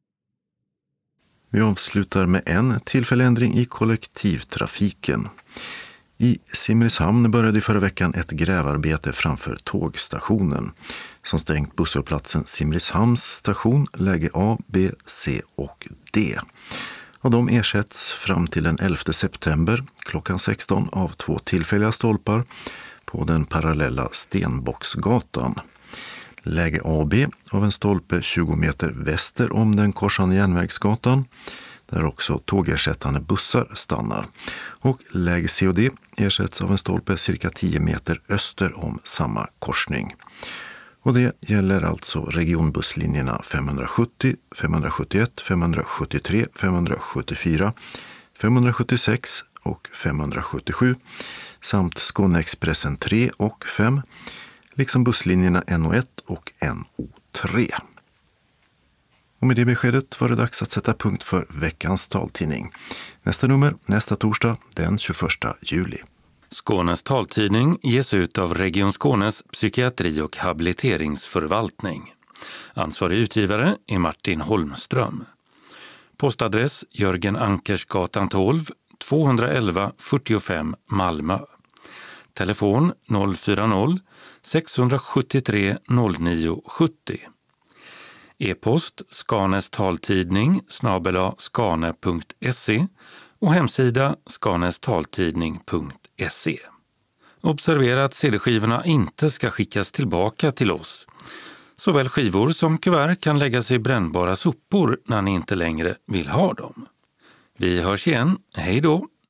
Speaker 1: Vi avslutar med en tillfällig ändring i kollektivtrafiken. I Simrishamn började i förra veckan ett grävarbete framför tågstationen som stängt busshållplatsen Simrishamns station läge A, B, C och D. Och de ersätts fram till den 11 september klockan 16 av 2 tillfälliga stolpar på den parallella Stenbocksgatan. Läge A och B av en stolpe 20 meter väster om den korsande järnvägsgatan där också tågersättande bussar stannar. Och läge C och D ersätts av en stolpe cirka 10 meter öster om samma korsning. Och det gäller alltså regionbusslinjerna 570, 571, 573, 574, 576 och 577 samt Skåneexpressen 3 och 5, liksom busslinjerna NO1 och NO3. Och med det beskedet var det dags att sätta punkt för veckans taltidning. Nästa nummer, nästa torsdag, den 21 juli.
Speaker 13: Skånes taltidning ges ut av Region Skånes psykiatri- och habiliteringsförvaltning. Ansvarig utgivare är Martin Holmström. Postadress Jörgen Ankersgatan 12, 211 45 Malmö. Telefon 040 673 0970. E-post skanestaltidning @skane.se och hemsida skanestaltidning.se. Observera att CD-skivorna inte ska skickas tillbaka till oss. Såväl skivor som kuvert kan läggas i brännbara sopor när ni inte längre vill ha dem. Vi hörs igen. Hej då!